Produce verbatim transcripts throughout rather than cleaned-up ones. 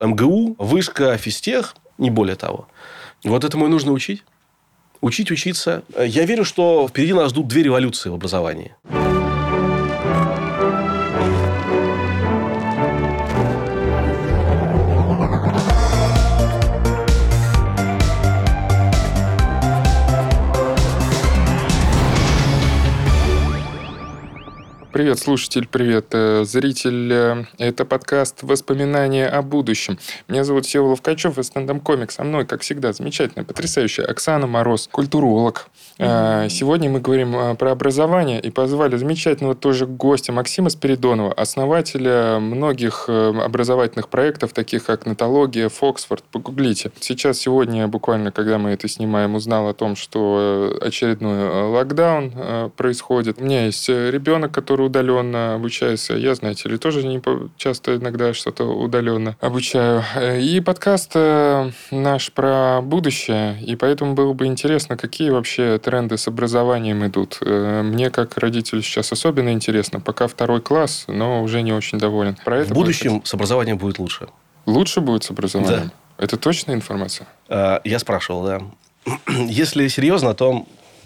эм гэ у, вышка, физтех, не более того. Вот этому и нужно учить. Учить, учиться. Я верю, что впереди нас ждут две революции в образовании. Привет, слушатель, привет, зритель. Это подкаст «Воспоминания о будущем». Меня зовут Всеволод Ткачев, и стендап-комик. Со мной, как всегда, замечательная, потрясающая Оксана Мороз, культуролог. Mm-hmm. Сегодня мы говорим про образование и позвали замечательного тоже гостя Максима Спиридонова, основателя многих образовательных проектов, таких как «Натология», «Фоксфорд». Погуглите. Сейчас, сегодня, буквально, когда мы это снимаем, узнал о том, что очередной локдаун происходит. У меня есть ребенок, который удаленно обучается. Я, знаете ли, тоже не часто иногда что-то удаленно обучаю. И подкаст наш про будущее. И поэтому было бы интересно, какие вообще тренды с образованием идут. Мне, как родителю, сейчас особенно интересно. Пока второй класс, но уже не очень доволен. Про это в будущем будет... с образованием будет лучше. Лучше будет с образованием? Да. Это точная информация? Я спрашивал, да. Если серьезно, то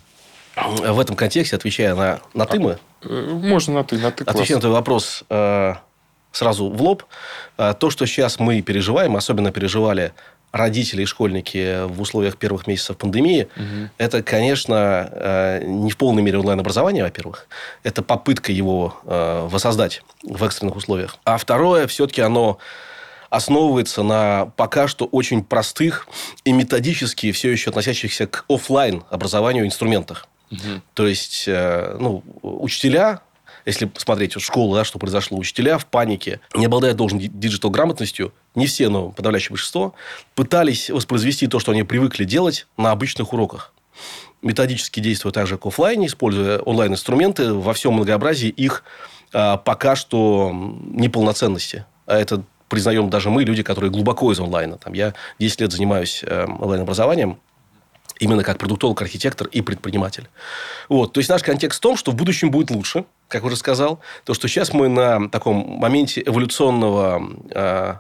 в этом контексте, отвечая на, на «ты» мы... Можно на «ты», на «ты» класс. Отвечая на твой вопрос э, сразу в лоб. Э, то, что сейчас мы переживаем, особенно переживали родители и школьники в условиях первых месяцев пандемии, угу. это, конечно, э, не в полной мере онлайн-образование, во-первых. Это попытка его э, воссоздать в экстренных условиях. А второе, все-таки оно... основывается на пока что очень простых и методически все еще относящихся к офлайн образованию инструментах. Угу. То есть, ну, учителя, если посмотреть вот школу, да, что произошло, учителя в панике, не обладая должной диджитал-грамотностью, не все, но подавляющее большинство, пытались воспроизвести то, что они привыкли делать на обычных уроках. Методически действуя также к офлайне, используя онлайн-инструменты во всем многообразии их а, пока что неполноценности. А это признаем даже мы, люди, которые глубоко из онлайна. Там, я десять лет занимаюсь э, онлайн-образованием, именно как продуктолог, архитектор и предприниматель. Вот. То есть, наш контекст в том, что в будущем будет лучше, как уже сказал. То, что сейчас мы на таком моменте эволюционного э,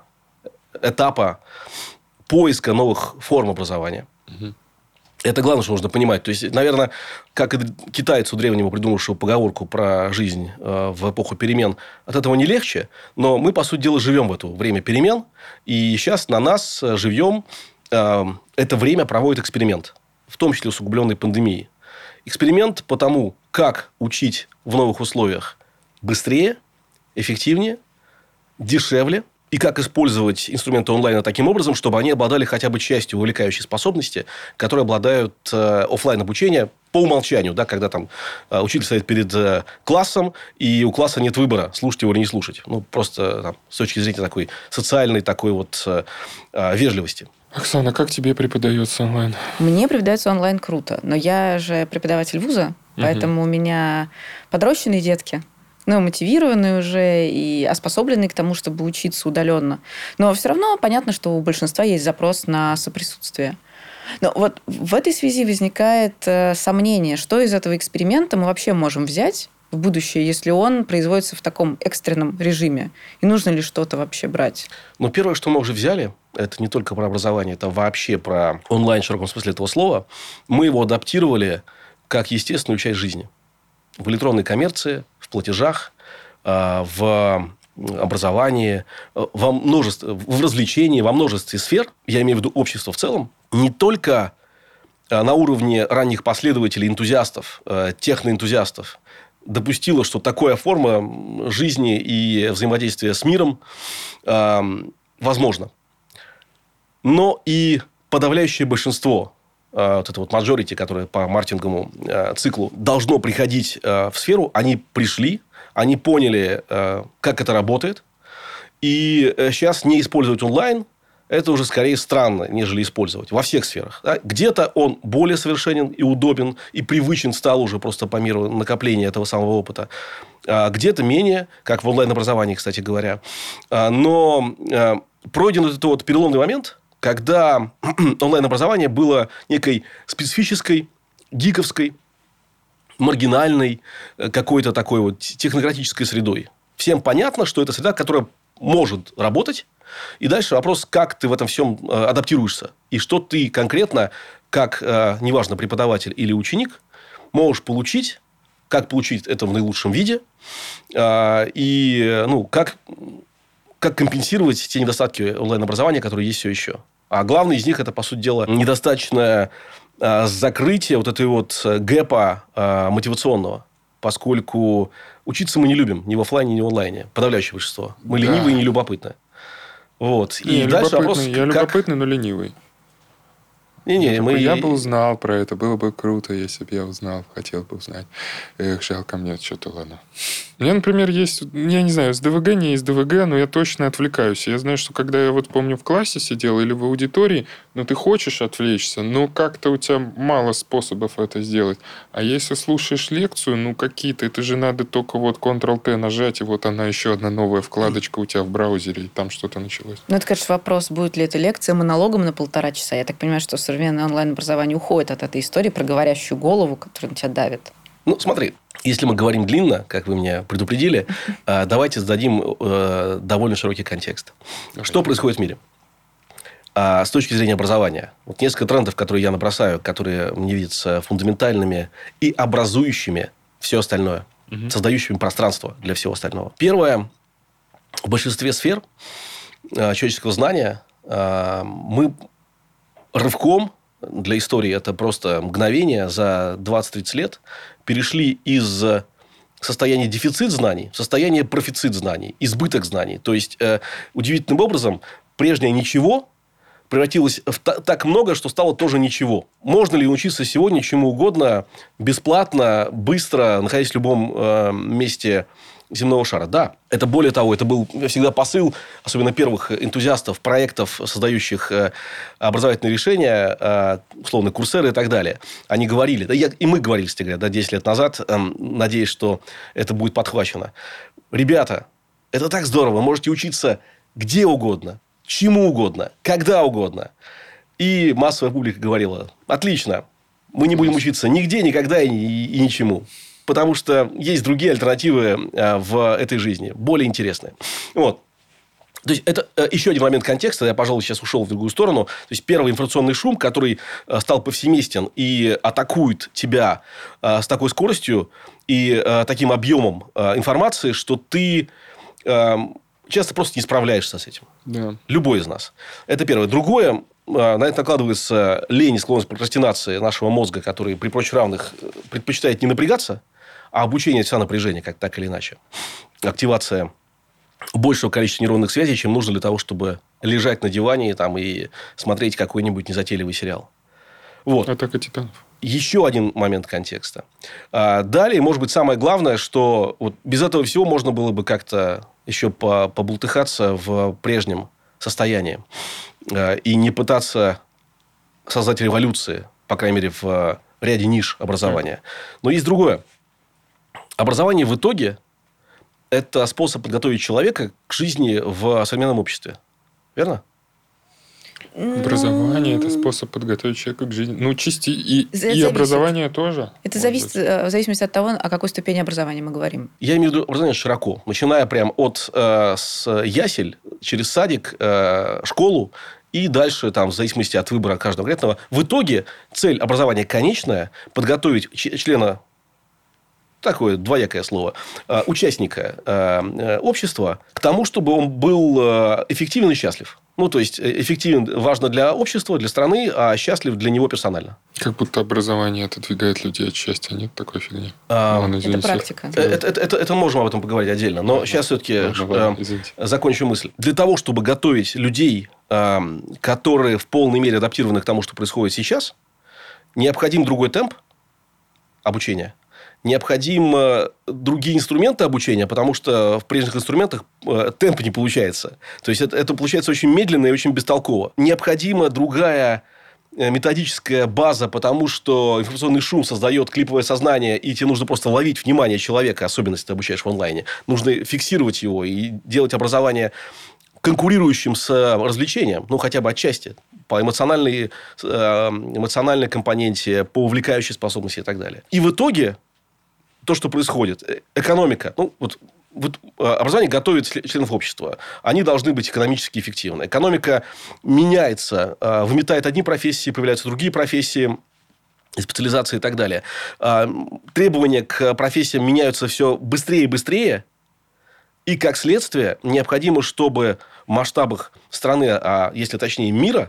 этапа поиска новых форм образования. Угу. Это главное, что нужно понимать. То есть, наверное, как и китайцу древнему, придумавшему поговорку про жизнь э, в эпоху перемен, от этого не легче. Но мы, по сути дела, живем в это время перемен. И сейчас на нас живьем э, это время проводит эксперимент. В том числе усугубленный пандемией. Эксперимент по тому, как учить в новых условиях быстрее, эффективнее, дешевле. И как использовать инструменты онлайна таким образом, чтобы они обладали хотя бы частью увлекающей способности, которые обладают э, офлайн-обучением по умолчанию. Да, когда там э, учитель стоит перед э, классом, и у класса нет выбора, слушать его или не слушать. Ну, просто там, с точки зрения такой социальной такой вот, э, э, вежливости. Оксана, как тебе преподается онлайн? Мне преподается онлайн круто. Но я же преподаватель вуза, угу. поэтому у меня подрощенные детки. Ну, мотивированные уже и оспособленные к тому, чтобы учиться удаленно. Но все равно понятно, что у большинства есть запрос на соприсутствие. Но вот в этой связи возникает э, сомнение, что из этого эксперимента мы вообще можем взять в будущее, если он производится в таком экстренном режиме. И нужно ли что-то вообще брать? Ну, первое, что мы уже взяли, это не только про образование, это вообще про онлайн в широком смысле этого слова. Мы его адаптировали как естественную часть жизни. В электронной коммерции, в платежах, в образовании, во множестве, в развлечении, во множестве сфер, я имею в виду общество в целом, не только на уровне ранних последователей, энтузиастов, техноэнтузиастов, допустила, что такая форма жизни и взаимодействия с миром возможна. Но и подавляющее большинство, вот это вот majority, которое по маркетинговому циклу должно приходить в сферу, они пришли, они поняли, как это работает. И сейчас не использовать онлайн – это уже скорее странно, нежели использовать во всех сферах. Где-то он более совершенен и удобен, и привычен стал уже просто по мере накопления этого самого опыта. Где-то менее, как в онлайн-образовании, кстати говоря. Но пройден этот вот переломный момент, когда онлайн-образование было некой специфической, гиковской, маргинальной, какой-то такой вот технократической средой. Всем понятно, что это среда, которая может работать. И дальше вопрос, как ты в этом всем адаптируешься. И что ты конкретно, как, неважно, преподаватель или ученик, можешь получить, как получить это в наилучшем виде. И ну, как, как компенсировать те недостатки онлайн-образования, которые есть все еще. А главный из них, это, по сути дела, недостаточное закрытие вот этой вот гэпа мотивационного. Поскольку учиться мы не любим ни в офлайне, ни в онлайне. Подавляющее большинство. Мы да. ленивые и нелюбопытны. Вот. Не, и дальше вопрос, я как... любопытный, но ленивый. Не, не, я, мы... такой, я бы узнал про это. Было бы круто, если бы я узнал. Хотел бы узнать. Эх, жалко мне что-то, ладно. У меня, например, есть... Я не знаю, с ДВГ, не из ДВГ, но я точно отвлекаюсь. Я знаю, что когда я вот помню в классе сидел или в аудитории, ну, ты хочешь отвлечься, но как-то у тебя мало способов это сделать. А если слушаешь лекцию, ну, какие-то... Это же надо только вот контрол-Т нажать, и вот она еще одна новая вкладочка у тебя в браузере, и там что-то началось. Ну, это, конечно, вопрос, будет ли эта лекция монологом на полтора часа. Я так понимаю, что современное онлайн-образование уходит от этой истории про говорящую голову, которая на тебя давит. Ну, смотри, если мы говорим длинно, как вы меня предупредили, давайте зададим довольно широкий контекст. Что происходит в мире? С точки зрения образования. Вот несколько трендов, которые я набросаю, которые мне видятся фундаментальными и образующими все остальное, угу. создающими пространство для всего остального. Первое. В большинстве сфер человеческого знания мы рывком, для истории это просто мгновение, за двадцать-тридцать лет перешли из состояния дефицит знаний в состояние профицит знаний, избыток знаний. То есть, э, удивительным образом, прежнее ничего превратилось в та- так много, что стало тоже ничего. Можно ли учиться сегодня чему угодно, бесплатно, быстро, находясь в любом э, месте земного шара? Да. Это более того, это был всегда посыл, особенно первых энтузиастов, проектов, создающих э, образовательные решения, э, условно, курсеры и так далее. Они говорили, да, я, и мы говорили, кстати говоря, да, десять лет назад, э, надеясь, что это будет подхвачено. Ребята, это так здорово, вы можете учиться где угодно, чему угодно, когда угодно. И массовая публика говорила, отлично, мы не будем учиться нигде, никогда и, и, и ничему. Потому что есть другие альтернативы в этой жизни, более интересные. Вот. То есть, это еще один момент контекста. Я, пожалуй, сейчас ушел в другую сторону. То есть, первый информационный шум, который стал повсеместен и атакует тебя с такой скоростью и таким объемом информации, что ты часто просто не справляешься с этим. Да. Любой из нас. Это первое. Другое. На это накладывается лень и склонность к прокрастинации нашего мозга, который при прочих равных предпочитает не напрягаться, а обучение – это вся напряжение, как так или иначе. Активация большего количества нейронных связей, чем нужно для того, чтобы лежать на диване там, и смотреть какой-нибудь незатейливый сериал. Вот. Атака титанов. Еще один момент контекста. Далее, может быть, самое главное, что вот без этого всего можно было бы как-то еще побултыхаться в прежнем состоянии и не пытаться создать революции, по крайней мере, в ряде ниш образования. Но есть другое. Образование в итоге – это способ подготовить человека к жизни в современном обществе. Верно? Образование – это способ подготовить человека к жизни. Ну, части и, и образование тоже. Это зависит в зависимости от того, о какой ступени образования мы говорим. Я имею в виду образование широко. Начиная прям от э, с ясель, через садик, э, школу, и дальше, там, в зависимости от выбора каждого конкретного. В итоге цель образования конечная – подготовить члена, такое двоякое слово, участника э, общества к тому, чтобы он был эффективен и счастлив. Ну, то есть, эффективен важно для общества, для страны, а счастлив для него персонально. Как будто образование отодвигает людей от счастья. Нет такой фигни? А, Ладно, это практика. Это, это, это, это можем об этом поговорить отдельно. Но ладно, сейчас все-таки ладно, э, закончу мысль. Для того, чтобы готовить людей, э, которые в полной мере адаптированы к тому, что происходит сейчас, необходим другой темп обучения. Необходим другие инструменты обучения, потому что в прежних инструментах темп не получается. То есть, это, это получается очень медленно и очень бестолково. Необходима другая методическая база, потому что информационный шум создает клиповое сознание, и тебе нужно просто ловить внимание человека, особенно если ты обучаешь в онлайне. Нужно фиксировать его и делать образование конкурирующим с развлечением, ну, хотя бы отчасти, по эмоциональной, эмоциональной компоненте, по увлекающей способности и так далее. И в итоге то, что происходит, экономика, ну, вот вот образование готовит членов общества. Они должны быть экономически эффективны. Экономика меняется, выметает одни профессии, появляются другие профессии, специализации и так далее. Требования к профессиям меняются все быстрее и быстрее. И, как следствие, необходимо, чтобы в масштабах страны, а если точнее мира,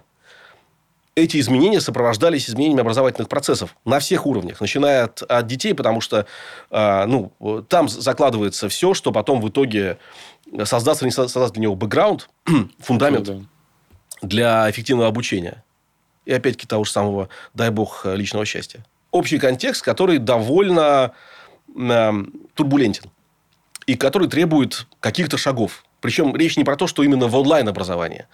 эти изменения сопровождались изменениями образовательных процессов на всех уровнях, начиная от, от детей, потому что ну, там закладывается все, что потом в итоге создаст или не создаст для него бэкграунд, фундамент да. для эффективного обучения. И, опять-таки, того же самого, дай бог, личного счастья. Общий контекст, который довольно э, турбулентен. И который требует каких-то шагов. Причем речь не про то, что именно в онлайн-образовании,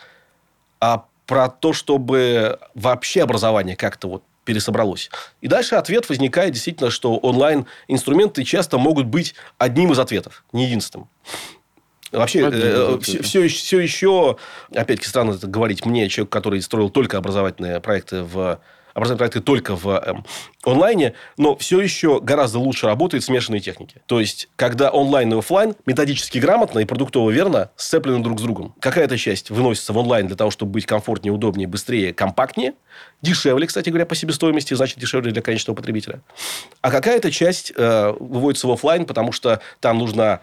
а про то, чтобы вообще образование как-то вот пересобралось. И дальше ответ возникает действительно, что онлайн-инструменты часто могут быть одним из ответов, не единственным. Вообще, э, все, все, все еще, опять-таки, странно это говорить мне, человек, который строил только образовательные проекты в... образовательные проекты только в э, онлайне, но все еще гораздо лучше работают смешанные техники. То есть, когда онлайн и офлайн методически грамотно и продуктово верно сцеплены друг с другом. Какая-то часть выносится в онлайн для того, чтобы быть комфортнее, удобнее, быстрее, компактнее. Дешевле, кстати говоря, по себестоимости, значит, дешевле для конечного потребителя. А какая-то часть э, выводится в офлайн, потому что там нужна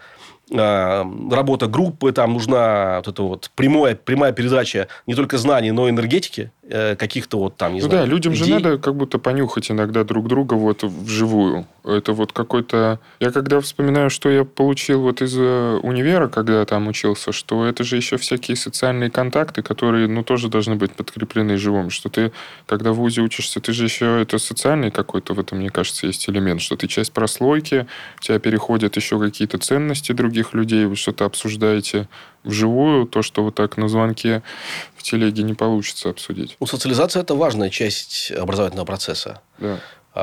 работа группы, там нужна вот эта вот прямая, прямая передача не только знаний, но и энергетики, каких-то вот там, не ну знаю, да, людям идей. Же надо как будто понюхать иногда друг друга вот вживую. Это вот какой-то... Я когда вспоминаю, что я получил вот из универа, когда там учился, что это же еще всякие социальные контакты, которые, ну, тоже должны быть подкреплены живым. Что ты, когда в вузе учишься, ты же еще... Это социальный какой-то в этом, мне кажется, есть элемент, что ты часть прослойки, у тебя переходят еще какие-то ценности других людей, вы что-то обсуждаете вживую, то, что вот так на звонке в телеге не получится обсудить. Ну, социализация – это важная часть образовательного процесса. Да.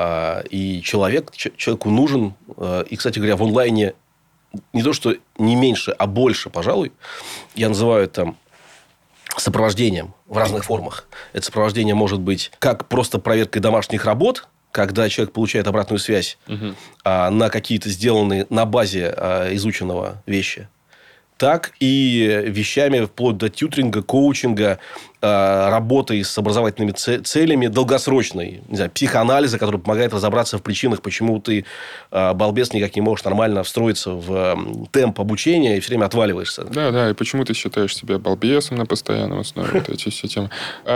И человек, человеку нужен, и, кстати говоря, в онлайне не то, что не меньше, а больше, пожалуй, я называю это сопровождением в разных формах. Это сопровождение может быть как просто проверкой домашних работ, когда человек получает обратную связь угу. на какие-то сделанные на базе изученного вещи, так и вещами вплоть до тьюторинга, коучинга, работой с образовательными целями, долгосрочной, не знаю, психоанализа, который помогает разобраться в причинах, почему ты, балбес, никак не можешь нормально встроиться в темп обучения и все время отваливаешься. Да, да, и почему ты считаешь себя балбесом на постоянном основе, вот эти все темы.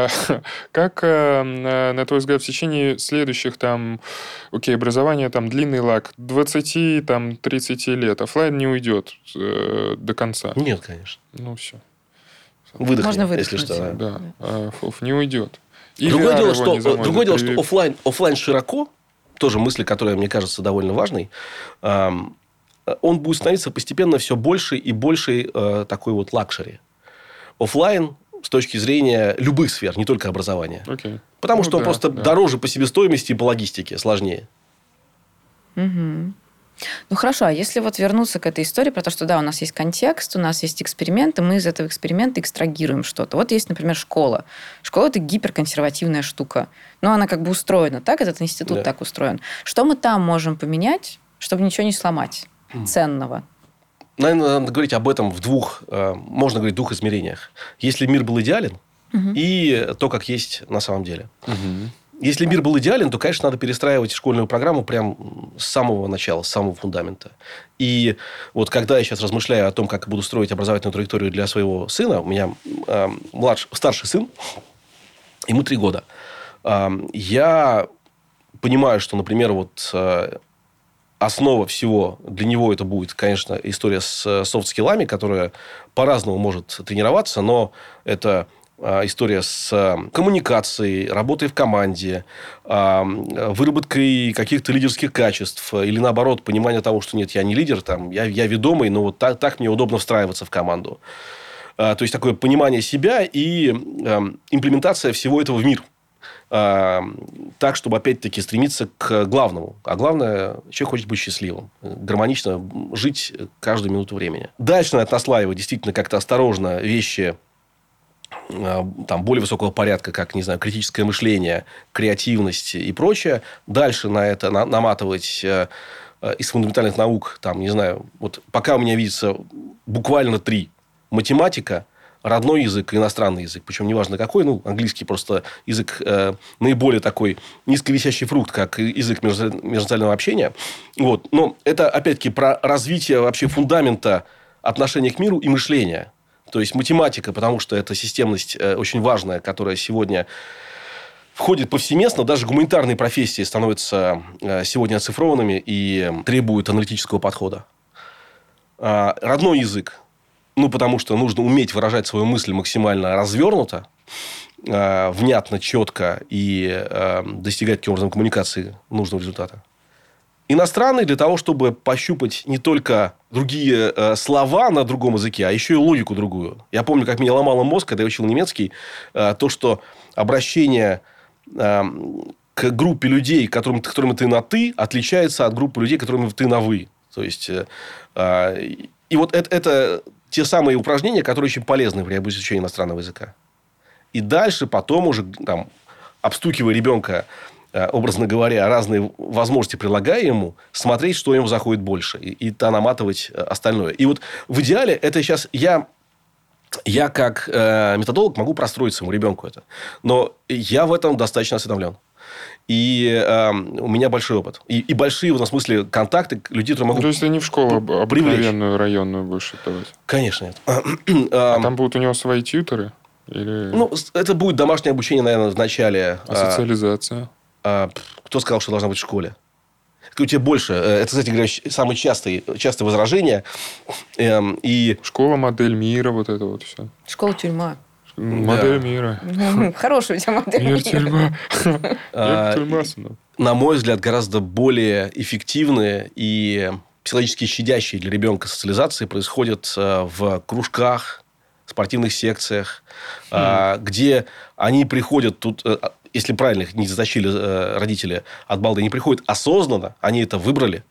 Как, на твой взгляд, в течение следующих, там, окей, образование, там, длинный лак, двадцать-тридцать лет, офлайн не уйдет до конца? Нет, конечно. Ну, все. Выдохни, можно выдохнуть. Если что. Да, да. А, не уйдет. И другое дело, что, другое дело, что офлайн, офлайн широко, тоже мысль, которая, мне кажется, довольно важной, эм, он будет становиться постепенно все больше и больше э, такой вот лакшери. Офлайн с точки зрения любых сфер, не только образования. Okay. Потому ну, что он да, просто да. дороже по себестоимости и по логистике, сложнее. Угу. Ну, хорошо, а если вот вернуться к этой истории про то, что, да, у нас есть контекст, у нас есть эксперименты, мы из этого эксперимента экстрагируем что-то. Вот есть, например, школа. Школа – это гиперконсервативная штука. Но она как бы устроена так, этот институт да. так устроен. Что мы там можем поменять, чтобы ничего не сломать mm. ценного? Наверное, надо говорить об этом в двух, можно говорить, в двух измерениях. Если мир был идеален, угу. и то, как есть на самом деле. Угу. Если мир был идеален, то, конечно, надо перестраивать школьную программу прямо с самого начала, с самого фундамента. И вот когда я сейчас размышляю о том, как буду строить образовательную траекторию для своего сына, у меня э, младший, старший сын, ему три года, э, я понимаю, что, например, вот э, основа всего для него это будет, конечно, история с софт-скиллами, которая по-разному может тренироваться, но это... история с коммуникацией, работой в команде, выработкой каких-то лидерских качеств или, наоборот, понимание того, что нет, я не лидер, там, я, я ведомый, но вот так, так мне удобно встраиваться в команду. То есть, такое понимание себя и имплементация всего этого в мир. Так, чтобы, опять-таки, стремиться к главному. А главное, человек хочет быть счастливым, гармонично жить каждую минуту времени. Дальше надо наслаивать действительно как-то осторожно вещи там, более высокого порядка, как, не знаю, критическое мышление, креативность и прочее. Дальше на это наматывать из фундаментальных наук, там, не знаю, вот пока у меня видится буквально три. Математика, родной язык и иностранный язык. Причем неважно какой, ну, английский просто язык э, наиболее такой низковисящий фрукт, как язык межнационального общения. Вот. Но это, опять-таки, про развитие вообще фундамента отношения к миру и мышления. То есть, математика, потому что это системность э, очень важная, которая сегодня входит повсеместно. Даже гуманитарные профессии становятся э, сегодня оцифрованными и требуют аналитического подхода. Э, родной язык. Ну, потому что нужно уметь выражать свою мысль максимально развернуто, э, внятно, четко и э, достигать таким образом коммуникации нужного результата. Иностранный для того, чтобы пощупать не только другие э, слова на другом языке, а еще и логику другую. Я помню, как меня ломало мозг, когда я учил немецкий, э, то, что обращение э, к группе людей, которым, которым ты на «ты», отличается от группы людей, которым ты на «вы». То есть, э, э, и вот это... это те самые упражнения, которые очень полезны при изучении иностранного языка. И дальше, потом уже, там, обстукивая ребенка, образно говоря, разные возможности предлагая ему, смотреть, что ему заходит больше. И, и то наматывать остальное. И вот в идеале это сейчас я... Я, как э, методолог, могу простроить своему ребенку это. Но я в этом достаточно осведомлен. И э, у меня большой опыт. И, и большие, в этом смысле, контакты людей, которые могут... То есть, ты не в школу обыкновенную районную будешь давать? Конечно, нет. А там будут у него свои тьюторы? Или... Ну, это будет домашнее обучение, наверное, в начале. А социализация? А, кто сказал, что должна быть в школе? У тебя больше. Это, кстати говоря, самое частое, частое возражение. Эм, и... Школа, модель мира, вот это вот все. Школа-тюрьма. Модель да. мира. Хорошая у тебя модель мира. Мир-тюрьма. Мир-тюрьма. На мой взгляд, гораздо более эффективные и психологически щадящие для ребенка социализации происходят в кружках, спортивных секциях, хм. где они приходят тут... Если правильно их не затащили родители от балды, они приходят осознанно, они это выбрали.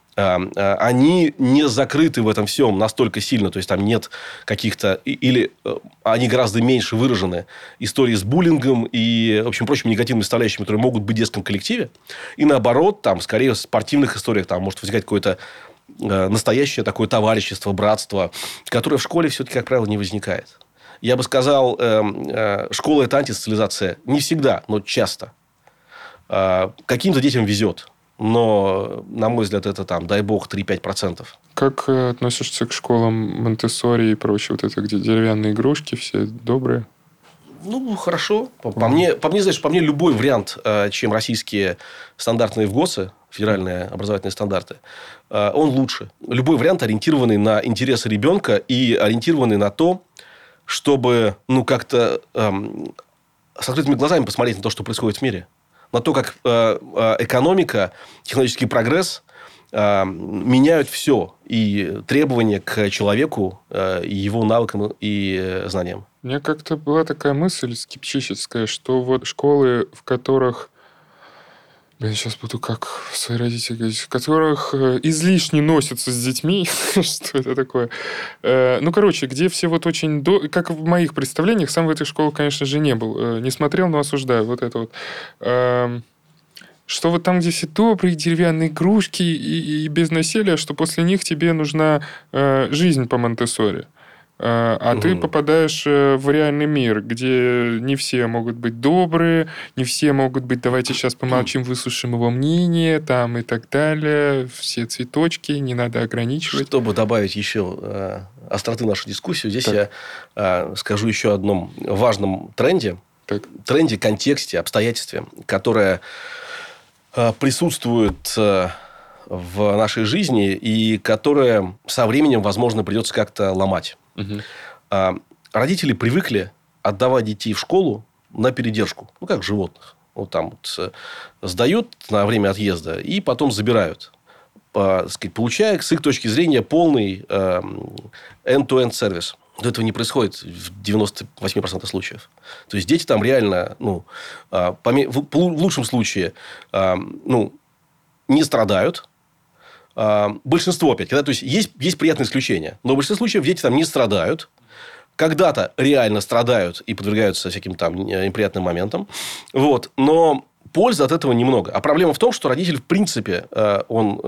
Они не закрыты в этом всем настолько сильно. То есть, там нет каких-то... Или они гораздо меньше выражены истории с буллингом и, в общем, прочими негативными составляющими, которые могут быть в детском коллективе. И, наоборот, там, скорее, в спортивных историях там может возникать какое-то настоящее такое товарищество, братство, которое в школе все-таки, как правило, не возникает. Я бы сказал, школа – это антисоциализация. Не всегда, но часто. Каким-то детям везет. Но, на мой взгляд, это, там, дай бог, три-пять процентов. Как относишься к школам Монтессори и прочее? Вот это, где деревянные игрушки все добрые? Ну, хорошо. По, по, мне, по мне, знаешь, по мне, любой вариант, чем российские стандартные ВГОСы, федеральные образовательные стандарты, он лучше. Любой вариант, ориентированный на интересы ребенка и ориентированный на то, чтобы, ну, как-то эм, с открытыми глазами посмотреть на то, что происходит в мире. На то, как э, э, экономика, технологический прогресс э, меняют все. И требования к человеку, э, и его навыкам и э, знаниям. У меня как-то была такая мысль скептическая, что вот школы, в которых... Я сейчас буду как свои родители говорить, в которых излишне носятся с детьми. Что это такое? Ну, короче, где все вот очень... До... Как в моих представлениях, сам в этой школе, конечно же, не был. Не смотрел, но осуждаю. Вот это вот. Что вот там, где все добрые, деревянные игрушки и, и без насилия, что после них тебе нужна жизнь по Монтессори. А угу. ты попадаешь в реальный мир, где не все могут быть добрые, не все могут быть, давайте сейчас помолчим, выслушаем его мнение, там и так далее, все цветочки, не надо ограничивать. Чтобы добавить еще э, остроты нашей дискуссии, здесь так. я э, скажу еще о одном важном тренде, так. тренде, контексте, обстоятельстве, которое э, присутствует... Э, в нашей жизни, и которое со временем, возможно, придется как-то ломать. Угу. А, родители привыкли отдавать детей в школу на передержку. Ну, как животных. Вот там вот сдают на время отъезда и потом забирают. По, так сказать, получая, с их точки зрения, полный э, end-to-end сервис. Но этого не происходит в девяносто восемь процентов случаев. То есть, дети там реально, ну, э, поме- в, в лучшем случае, э, ну, не страдают. Большинство, опять, когда, то есть, есть, есть приятные исключения. Но в большинстве случаев дети там не страдают. Когда-то реально страдают и подвергаются всяким там неприятным моментам. Вот. Но пользы от этого немного. А проблема в том, что родитель, в принципе, он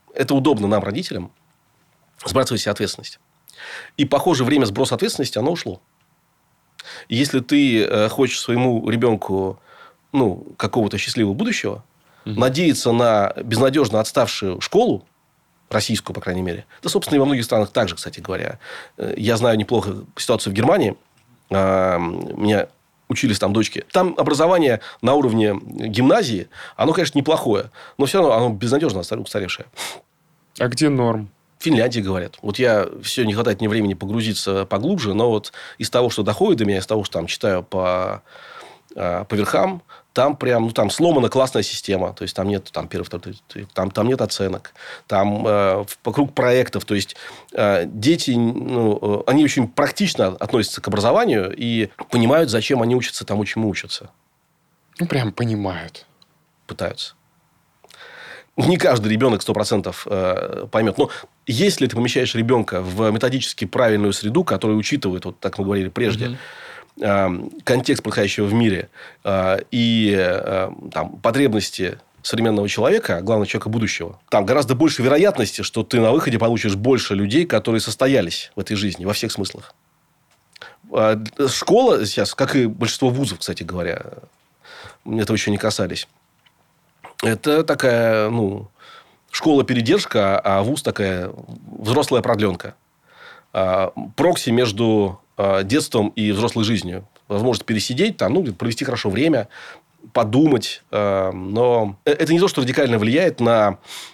это удобно нам, родителям, сбрасывать себе ответственность. И, похоже, время сброса ответственности, оно ушло. И если ты хочешь своему ребенку ну, какого-то счастливого будущего, угу. надеяться на безнадежно отставшую школу, российскую, по крайней мере, да, собственно, и во многих странах также, кстати говоря. Я знаю неплохо ситуацию в Германии. Меня учились там дочки. Там образование на уровне гимназии, оно, конечно, неплохое, но все равно оно безнадежно устаревшее. А где норм? В Финляндии, говорят. Вот я все не хватает мне времени погрузиться поглубже, но вот из того, что доходит до меня, из того, что там читаю по, по верхам, там прям, ну, там сломана классная система. То есть, там нет, там, первый, второй, там, там нет оценок. Там э, вокруг проектов. То есть, э, дети, ну, они очень практично относятся к образованию и понимают, зачем они учатся тому, чему учатся. Ну, прям понимают. Пытаются. Не каждый ребенок сто процентов поймет. Но если ты помещаешь ребенка в методически правильную среду, которая учитывает, вот так мы говорили прежде, mm-hmm. контекст происходящего в мире и там, потребности современного человека, а главное, человека будущего, там гораздо больше вероятности, что ты на выходе получишь больше людей, которые состоялись в этой жизни во всех смыслах. Школа сейчас, как и большинство вузов, кстати говоря, этого еще не касались, это такая, ну, школа-передержка, а вуз такая взрослая продленка. Прокси между детством и взрослой жизнью. Возможность пересидеть, там, ну, провести хорошо время, подумать. Но это не то, что радикально влияет на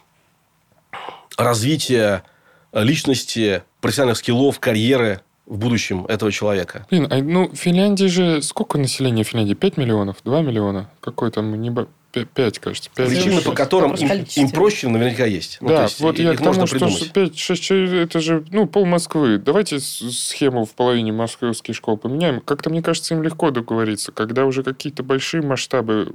развитие личности, профессиональных скиллов, карьеры в будущем этого человека. Блин, а, ну, в Финляндии же... Сколько населения в Финляндии? пять миллионов? два миллиона? Какой там... Не... пять, кажется. пять, Причины, по которым им, им проще, наверняка есть. Ну, да, есть, вот я к тому, что пять-шесть это же ну, пол Москвы. Давайте схему в половине московских школ поменяем. Как-то, мне кажется, им легко договориться. Когда уже какие-то большие масштабы,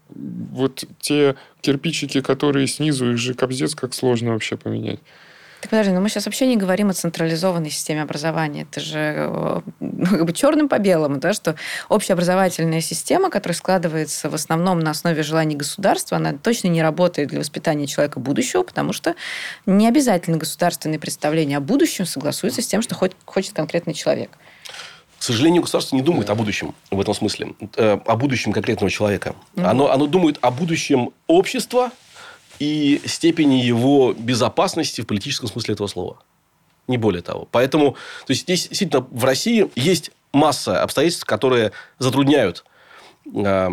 вот те кирпичики, которые снизу, их же кобздец, как сложно вообще поменять. Так подожди, но мы сейчас вообще не говорим о централизованной системе образования. Это же ну, как бы черным по белому, да, что общеобразовательная система, которая складывается в основном на основе желаний государства, она точно не работает для воспитания человека будущего, потому что не обязательно государственные представления о будущем согласуются с тем, что хочет конкретный человек. К сожалению, государство не думает о будущем в этом смысле, о будущем конкретного человека. Mm-hmm. Оно, оно думает о будущем общества и степени его безопасности в политическом смысле этого слова. Не более того. Поэтому то есть, здесь действительно в России есть масса обстоятельств, которые затрудняют э,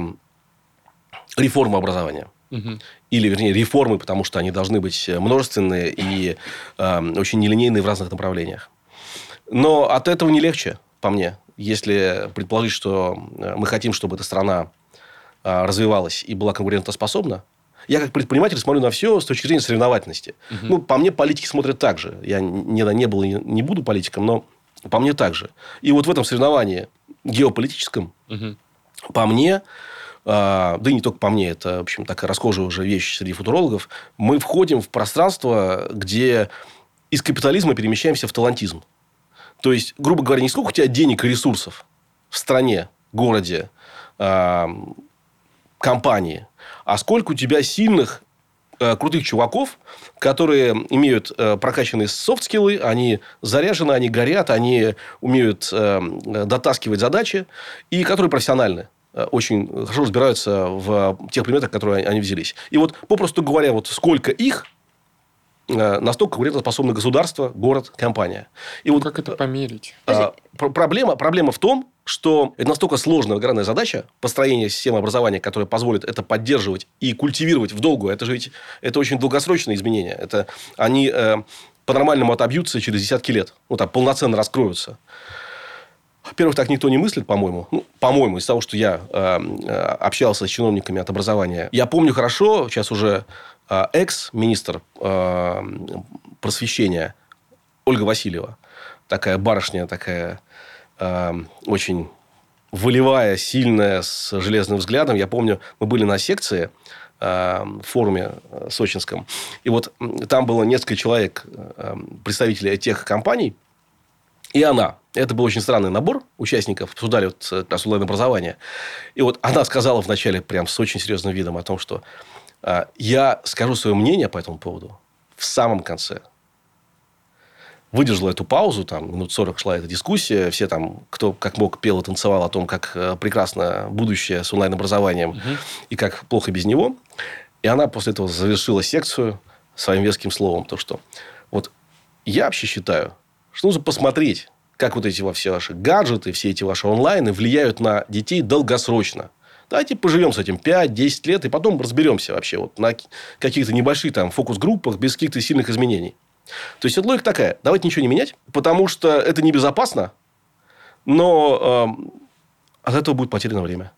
реформу образования. Угу. Или, вернее, реформы, потому что они должны быть множественные и э, очень нелинейные в разных направлениях. Но от этого не легче, по мне, если предположить, что мы хотим, чтобы эта страна э, развивалась и была конкурентоспособна. Я как предприниматель смотрю на все с точки зрения соревновательности. Uh-huh. Ну, по мне, политики смотрят так же. Я не, не был и не буду политиком, но по мне так же. И вот в этом соревновании геополитическом, uh-huh. по мне, а, да и не только по мне, это, в общем, такая расхожая уже вещь среди футурологов, мы входим в пространство, где из капитализма перемещаемся в талантизм. То есть, грубо говоря, не сколько у тебя денег и ресурсов в стране, городе, а, компании, а сколько у тебя сильных, э, крутых чуваков, которые имеют э, прокачанные софт-скиллы, они заряжены, они горят, они умеют э, дотаскивать задачи, и которые профессиональны, э, очень хорошо разбираются в тех предметах, которые они взялись. И вот, попросту говоря, вот сколько их, э, настолько конкурентоспособно государство, город, компания. И ну, вот, как это померить? Э, проблема, проблема в том, что это настолько сложная многогранная задача построения системы образования, которая позволит это поддерживать и культивировать в долгую. Это же ведь это очень долгосрочные изменения. Это, они э, по-нормальному отобьются через десятки лет. Ну, так, полноценно раскроются. Во-первых, так никто не мыслит, по-моему. Ну, по-моему, из того, что я э, общался с чиновниками от образования. Я помню хорошо, сейчас уже э, экс-министр э, просвещения Ольга Васильева. Такая барышня, такая... очень волевая, сильная, с железным взглядом. Я помню, мы были на секции в форуме сочинском. И вот там было несколько человек, представителей тех компаний, и она. Это был очень странный набор участников. Обсуждали вот как раз онлайн-образование. И вот она сказала вначале прям с очень серьезным видом о том, что я скажу свое мнение по этому поводу в самом конце выдержала эту паузу, там, минут сорок шла эта дискуссия, все там, кто как мог, пел и танцевал о том, как прекрасно будущее с онлайн-образованием угу. и как плохо без него. И она после этого завершила секцию своим веским словом, то, что вот я вообще считаю, что нужно посмотреть, как вот эти все ваши гаджеты, все эти ваши онлайны влияют на детей долгосрочно. Давайте поживем с этим пять-десять лет, и потом разберемся вообще вот на каких-то небольших там фокус-группах без каких-то сильных изменений. То есть, это логика такая. Давайте ничего не менять, потому что это небезопасно, но э, от этого будет потеряно время.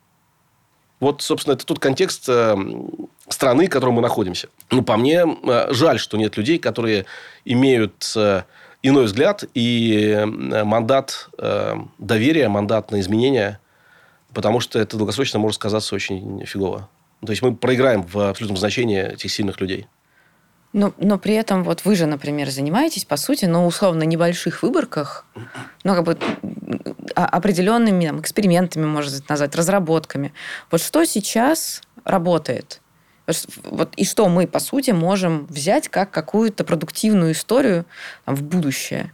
Вот, собственно, это тот контекст э, страны, в которой мы находимся. Ну, по мне, э, жаль, что нет людей, которые имеют э, иной взгляд и э, мандат э, доверия, мандат на изменения, потому что это долгосрочно может сказаться очень фигово. То есть, мы проиграем в абсолютном значении этих сильных людей. Но, но при этом вот вы же, например, занимаетесь, по сути, ну, условно, небольших выборках, ну, как бы определенными там, экспериментами, можно назвать, разработками. Вот что сейчас работает? Вот, и что мы, по сути, можем взять как какую-то продуктивную историю там, в будущее?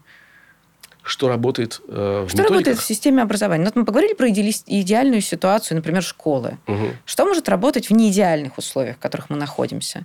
Что работает э, в Что методиках? работает в системе образования? Вот мы поговорили про идеальную ситуацию, например, школы. Угу. Что может работать в неидеальных условиях, в которых мы находимся?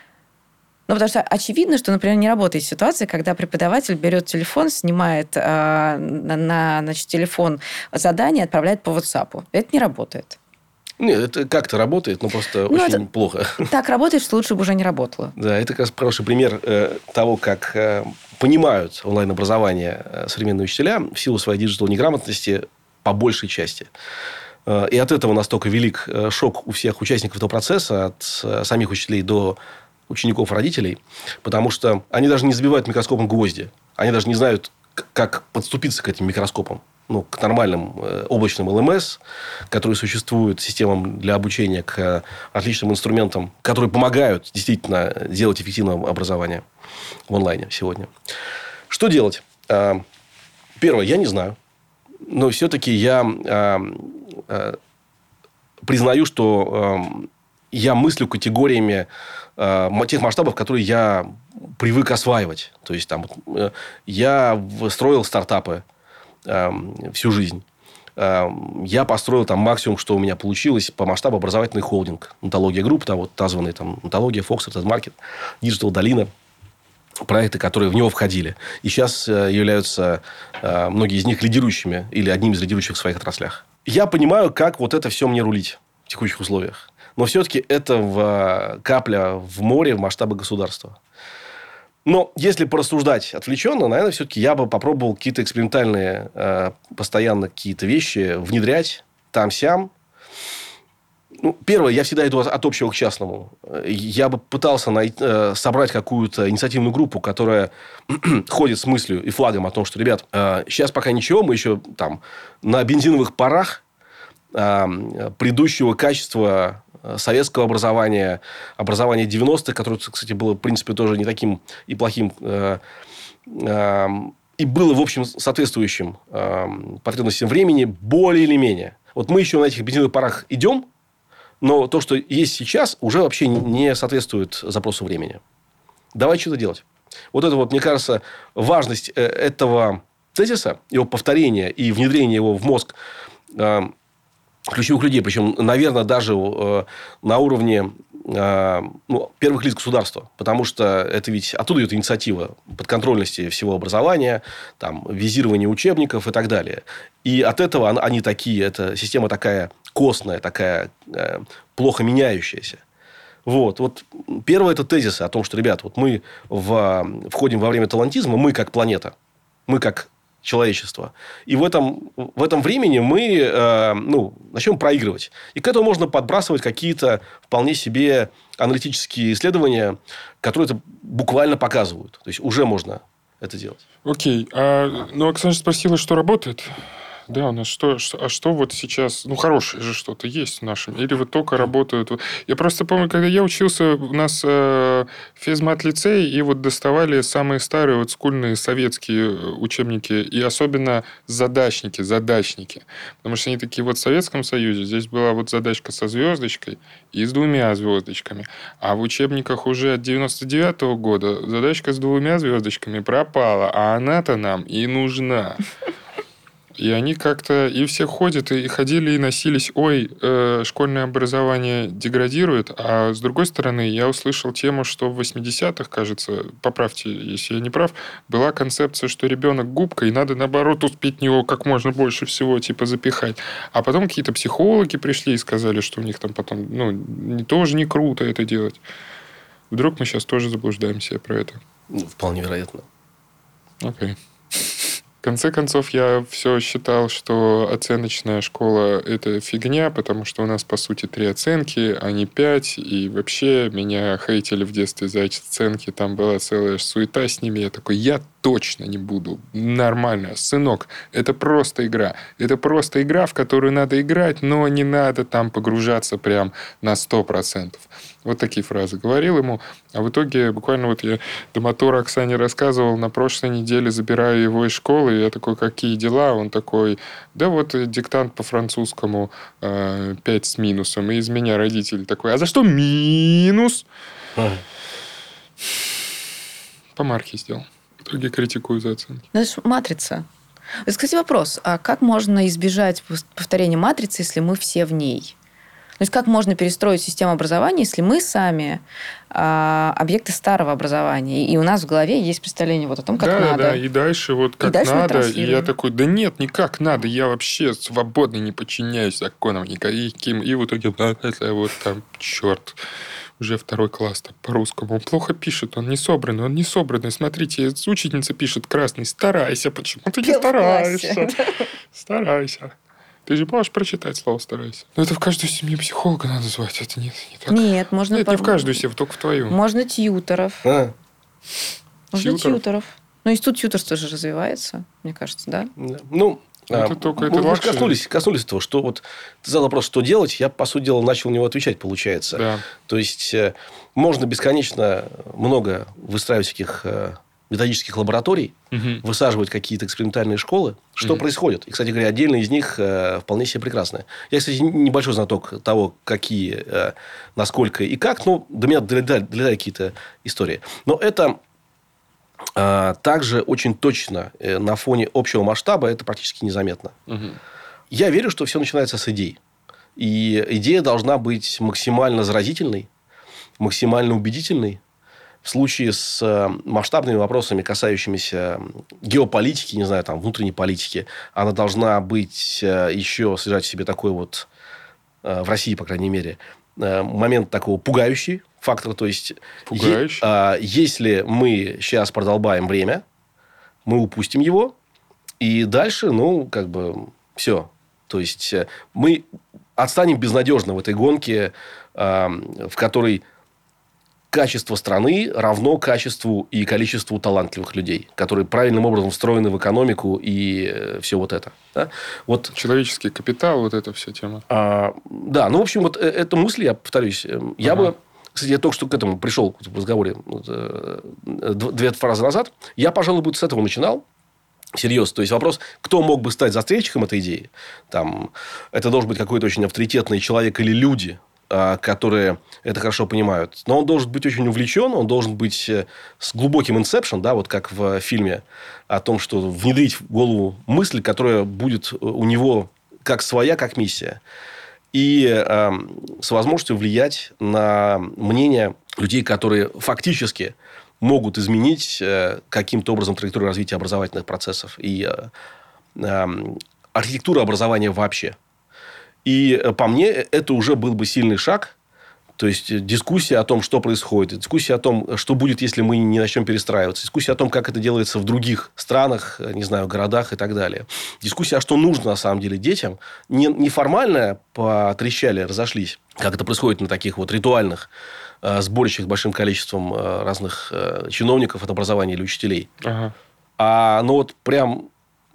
Ну, потому что очевидно, что, например, не работает ситуация, когда преподаватель берет телефон, снимает э, на значит, телефон задание и отправляет по WhatsApp. Это не работает. Нет, это как-то работает, но просто ну, очень плохо. Так работает, что лучше бы уже не работало. Да, это как раз хороший пример э, того, как э, понимают онлайн-образование э, современные учителя в силу своей диджитал-неграмотности по большей части. Э, и от этого настолько велик э, шок у всех участников этого процесса, от э, самих учителей до учеников, родителей, потому что они даже не забивают микроскопом гвозди. Они даже не знают, как подступиться к этим микроскопам. Ну, к нормальным э, облачным эл эм эс, которые существуют, системам для обучения, к э, отличным инструментам, которые помогают действительно делать эффективное образование в онлайне сегодня. Что делать? Э, первое, я не знаю. Но все-таки я э, э, признаю, что э, я мыслю категориями э, тех масштабов, которые я привык осваивать. То есть, там, э, я строил стартапы э, всю жизнь. Э, я построил там максимум, что у меня получилось по масштабу образовательный холдинг. Нотология Групп, там, вот, названные там, Нотология, Fox, TED-Market, Digital Долина. Проекты, которые в него входили. И сейчас э, являются э, многие из них лидирующими или одними из лидирующих в своих отраслях. Я понимаю, как вот это все мне рулить в текущих условиях. Но все-таки это в, капля в море в масштабе государства. Но если порассуждать отвлеченно, наверное, все-таки я бы попробовал какие-то экспериментальные, э, постоянно какие-то вещи внедрять там-сям. Ну, первое, я всегда иду от, от общего к частному. Я бы пытался найти, э, собрать какую-то инициативную группу, которая ходит с мыслью и флагом о том, что, ребят, э, сейчас пока ничего, мы еще там на бензиновых парах э, предыдущего качества советского образования, образования девяностых, которое, кстати, было, в принципе, тоже не таким и плохим, э, э, и было, в общем, соответствующим э, потребностям времени более или менее. Вот мы еще на этих бензиновых парах идем, но то, что есть сейчас, уже вообще не соответствует запросу времени. Давай что-то делать. Вот это вот, мне кажется, важность этого тезиса, его повторения и внедрения его в мозг э, ключевых людей, причем, наверное, даже э, на уровне э, ну, первых лиц государства, потому что это ведь оттуда идет инициатива подконтрольности всего образования, там, визирования учебников и так далее. И от этого они такие, эта система такая костная, такая э, плохо меняющаяся. Вот. Вот. Первое – это тезисы о том, что, ребят, вот мы в, входим во время талантизма, мы как планета, мы как человечество. И в этом, в этом времени мы э, ну, начнем проигрывать. И к этому можно подбрасывать какие-то вполне себе аналитические исследования, которые это буквально показывают. То есть, уже можно это делать. Окей. А, ну, Оксана спросила, что работает. Да, у нас что, что... А что вот сейчас... Ну, хорошее же что-то есть в нашем. Или вот только работают... Я просто помню, когда я учился, у нас э, физмат-лицей, и вот доставали самые старые вот школьные советские учебники, и особенно задачники, задачники. Потому что они такие вот в Советском Союзе. Здесь была вот задачка со звездочкой и с двумя звездочками. А в учебниках уже от девяносто девятого года задачка с двумя звездочками пропала, а она-то нам и нужна. И они как-то... И все ходят, и ходили, и носились. Ой, э, школьное образование деградирует. А с другой стороны, я услышал тему, что в восьмидесятых, кажется, поправьте, если я не прав, была концепция, что ребенок губка, и надо, наоборот, успеть в него как можно больше всего, типа, запихать. А потом какие-то психологи пришли и сказали, что у них там потом... Ну, не, тоже не круто это делать. Вдруг мы сейчас тоже заблуждаемся про это? Ну, вполне вероятно. Окей. Okay. В конце концов, я все считал, что оценочная школа – это фигня, потому что у нас, по сути, три оценки, а не пять. И вообще меня хейтили в детстве за оценки. Там была целая суета с ними. Я такой, я точно не буду. Нормально. Сынок, это просто игра. Это просто игра, в которую надо играть, но не надо там погружаться прям на сто процентов. Вот такие фразы говорил ему. А в итоге, буквально вот я до мотора Оксане рассказывал, на прошлой неделе забираю его из школы, и я такой, какие дела? Он такой, да вот диктант по французскому э, пять с минусом. И из меня родитель такой, а за что минус? А. По марке сделал. В итоге критикую за оценки. Знаешь, матрица. Кстати, вопрос. А как можно избежать повторения матрицы, если мы все в ней? То есть, как можно перестроить систему образования, если мы сами а, объекты старого образования, и у нас в голове есть представление вот о том, как да, надо. Да, и дальше вот как дальше надо. И я такой, да нет, никак надо. Я вообще свободный, не подчиняюсь законам никаким. И в итоге, вот там, черт, уже второй класс так по-русскому. Он плохо пишет, он не собранный, он не собранный. Смотрите, учительница пишет красный. Старайся. Почему ты не стараешься? Старайся. Ты же можешь прочитать слово «старайся». Но это в каждую семью психолога надо звать. Это нет, не так. Нет, можно... Нет, по... не в каждую семью, только в твою. Можно тьюторов. А? Можно тьюторов. тьюторов. Ну, институт тьюторства же развивается, мне кажется, да? Ну, это а, только это мы коснулись, коснулись того, что вот ты задал вопрос, что делать, я, по сути дела, начал на него отвечать, получается. Да. То есть, можно бесконечно много выстраивать всяких... методических лабораторий, угу. высаживать какие-то экспериментальные школы. Что угу. происходит? И, кстати говоря, отдельные из них э, вполне себе прекрасные. Я, кстати, небольшой знаток того, какие, э, насколько и как. Но до меня долетали, долетали какие-то истории. Но это э, также очень точно э, на фоне общего масштаба это практически незаметно. Угу. Я верю, что все начинается с идей. И идея должна быть максимально заразительной, максимально убедительной. В случае с масштабными вопросами, касающимися геополитики, не знаю, там, внутренней политики, она должна быть еще содержать в себе такой вот, в России, по крайней мере, момент такого пугающий фактор. То есть, пугающий. Е- если мы сейчас продолбаем время, мы упустим его, и дальше, ну, как бы, все. То есть, мы отстанем безнадежно в этой гонке, в которой... качество страны равно качеству и количеству талантливых людей, которые правильным образом встроены в экономику и все вот это. Да? Вот, человеческий капитал, вот эта вся тема. А, да, ну, в общем, вот эту мысль, я повторюсь, я ага. бы... Кстати, я только что к этому пришел в разговоре две фразы назад. Я, пожалуй, бы с этого начинал. Серьезно. То есть, вопрос, кто мог бы стать застрельщиком этой идеи? Там, это должен быть какой-то очень авторитетный человек или люди, которые это хорошо понимают. Но он должен быть очень увлечен, он должен быть с глубоким инсепшн, да, вот как в фильме о том, что внедрить в голову мысль, которая будет у него как своя, как миссия. И э, с возможностью влиять на мнение людей, которые фактически могут изменить э, каким-то образом траекторию развития образовательных процессов и э, э, архитектуру образования вообще. И по мне, это уже был бы сильный шаг. То есть, дискуссия о том, что происходит. Дискуссия о том, что будет, если мы не начнем перестраиваться. Дискуссия о том, как это делается в других странах, не знаю, городах и так далее. Дискуссия, а что нужно, на самом деле, детям. Не, не формально потрещали, разошлись, как это происходит на таких вот ритуальных э, сборищах с большим количеством э, разных э, чиновников от образования или учителей. Ага. А, ну, вот прям...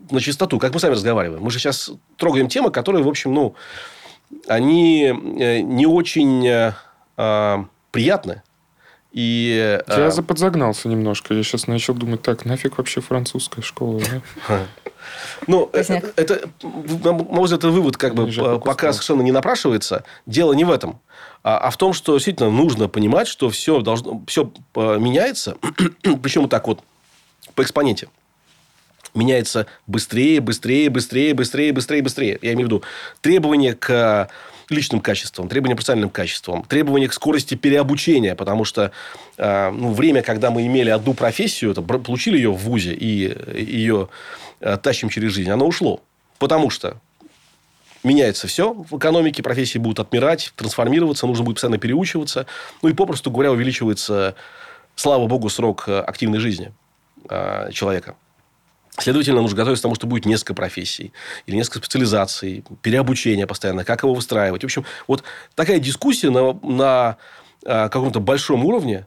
на чистоту, как мы сами разговариваем. Мы же сейчас трогаем темы, которые, в общем, ну, они не очень э, приятны. И, я э... подзагнался немножко. Я сейчас начал думать, так, нафиг вообще французская школа, да? Ну, это, на мой взгляд, этот вывод как бы пока совершенно не напрашивается. Дело не в этом, а в том, что действительно нужно понимать, что все, должно, все меняется, причем вот так вот по экспоненте. Меняется быстрее, быстрее, быстрее, быстрее, быстрее, быстрее. Я имею в виду требования к личным качествам, требования к профессиональным качествам, требования к скорости переобучения, потому что э, ну, время, когда мы имели одну профессию, это, получили ее в вузе и ее э, тащим через жизнь, оно ушло. Потому что меняется все в экономике, профессии будут отмирать, трансформироваться, нужно будет постоянно переучиваться. Ну, и, попросту говоря, увеличивается, слава богу, срок активной жизни э, человека. Следовательно, нужно готовиться к тому, что будет несколько профессий или несколько специализаций, переобучение постоянно, как его выстраивать. В общем, вот такая дискуссия на, на а, каком-то большом уровне,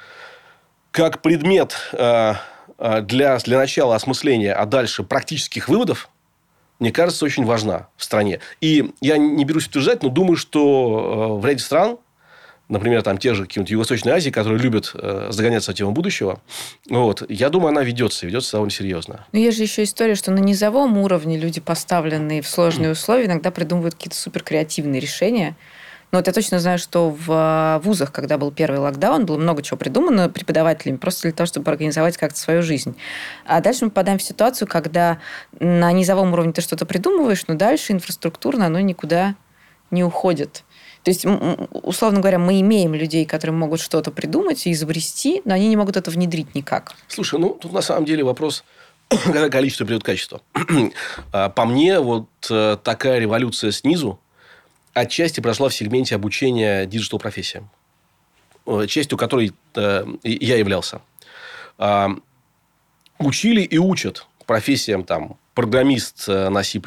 как предмет а, для, для начала осмысления, а дальше практических выводов, мне кажется, очень важна в стране. И я не берусь утверждать, но думаю, что в ряде стран, например, там те же какие-нибудь Юго-Восточной Азии, которые любят э, загоняться в тему будущего, вот, я думаю, она ведется, ведется довольно серьезно. Но есть же еще история, что на низовом уровне люди, поставленные в сложные условия, иногда придумывают какие-то суперкреативные решения. Но вот я точно знаю, что в вузах, когда был первый локдаун, было много чего придумано преподавателями, просто для того, чтобы организовать как-то свою жизнь. А дальше мы попадаем в ситуацию, когда на низовом уровне ты что-то придумываешь, но дальше инфраструктурно оно никуда не уходит. То есть, условно говоря, мы имеем людей, которые могут что-то придумать и изобрести, но они не могут это внедрить никак. Слушай, ну, тут на самом деле вопрос, когда количество придет качество. По мне, вот такая революция снизу отчасти прошла в сегменте обучения диджитал-профессиям, частью которой я являлся. Учили и учат профессиям там, программист на C++,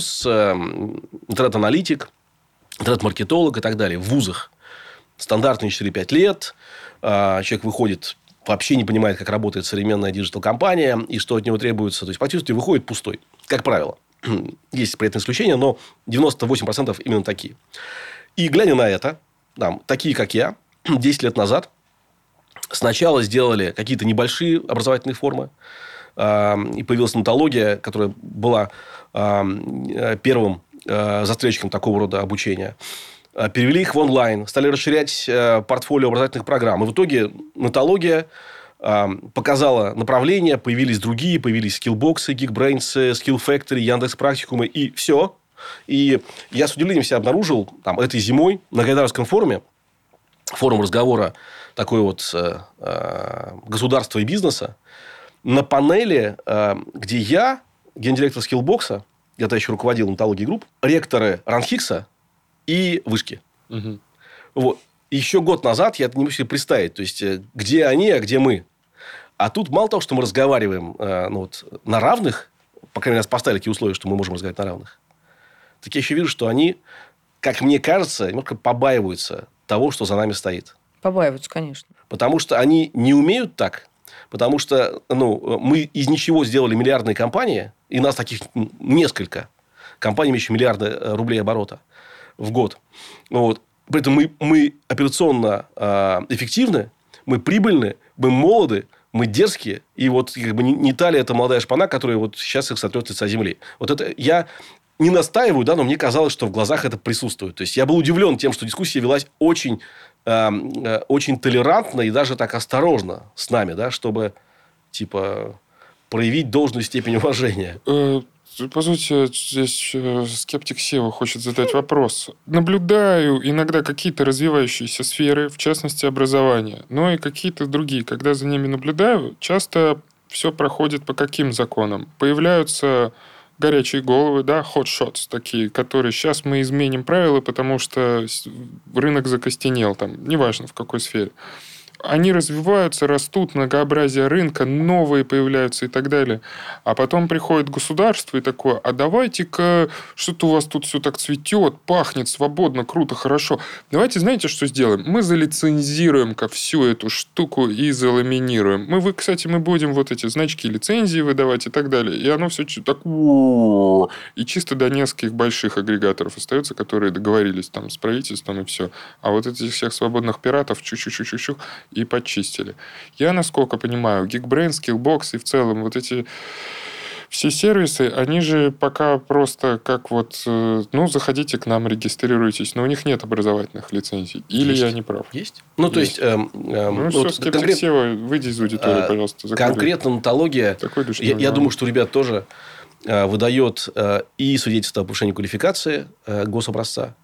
интернет-аналитик, интернет-маркетолог и так далее в вузах. Стандартные четыре-пять лет. Человек выходит, вообще не понимает, как работает современная диджитал-компания и что от него требуется. То есть, практически выходит пустой, как правило. Есть при этом исключения, но девяносто восемь процентов именно такие. И глядя на это, там, такие, как я, десять лет назад сначала сделали какие-то небольшие образовательные формы. И появилась нотология, которая была первым застрельщиком такого рода обучения. Перевели их в онлайн, стали расширять портфолио образовательных программ. И в итоге нотология показала направление, появились другие, появились скиллбоксы, Geekbrains, Skill Factory, Яндекс.Практикумы и все. И я с удивлением себя обнаружил там, этой зимой на Гайдаровском форуме, форум разговора такой вот э, государства и бизнеса, на панели, э, где я, гендиректор скиллбокса, я тогда еще руководил нотологией групп, ректоры Ранхикса и Вышки. Угу. Вот. Еще год назад я это не мог себе представить. То есть, где они, а где мы. А тут мало того, что мы разговариваем э, ну, вот, на равных, по крайней мере, нас поставили такие условия, что мы можем разговаривать на равных, так я еще вижу, что они, как мне кажется, немножко побаиваются того, что за нами стоит. Побаиваются, конечно. Потому что они не умеют так. Потому что ну, мы из ничего сделали миллиардные компании, и нас таких несколько компаний, имеющих миллиарды рублей оборота в год. Вот. При этом мы, мы операционно э, эффективны, мы прибыльны, мы молоды, мы дерзкие. И вот как бы, не, не та ли это молодая шпана, которая вот сейчас их сотрет с лица земли. Вот это я не настаиваю, да, но мне казалось, что в глазах это присутствует. То есть, я был удивлен тем, что дискуссия велась очень, э, э, очень толерантно и даже так осторожно с нами, да, чтобы типа проявить должную степень уважения. Позвольте, здесь скептик Сева хочет задать вопрос. Наблюдаю иногда какие-то развивающиеся сферы, в частности, образование, но и какие-то другие. Когда за ними наблюдаю, часто все проходит по каким законам? Появляются горячие головы, да, hot shots такие, которые сейчас мы изменим правила, потому что рынок закостенел, там, неважно в какой сфере. они развиваются, растут, многообразие рынка, новые появляются и так далее. А потом приходит государство и такое, а давайте-ка, что-то у вас тут все так цветет, пахнет свободно, круто, хорошо. Давайте, знаете, что сделаем? Мы залицензируем-ка всю эту штуку и заламинируем. Мы, вы, кстати, мы будем вот эти значки лицензии выдавать и так далее. И оно все так... И чисто до нескольких больших агрегаторов остается, которые договорились там с правительством и все. А вот этих всех свободных пиратов чух-чух-чух-чух и подчистили. Я, насколько понимаю, Geekbrains, Skillbox и в целом вот эти все сервисы, они же пока просто как вот, ну, заходите к нам, регистрируйтесь, но у них нет образовательных лицензий. Или есть. Я не прав? Есть. Ну, есть. То есть... Эм, эм, ну, все, вот, скептик конкрет... Сева, выйди из аудитории, а, пожалуйста. Закрыли. Конкретно нотология, я, я думаю, что ребят тоже э, выдает э, и свидетельство о повышении квалификации э, гособразца,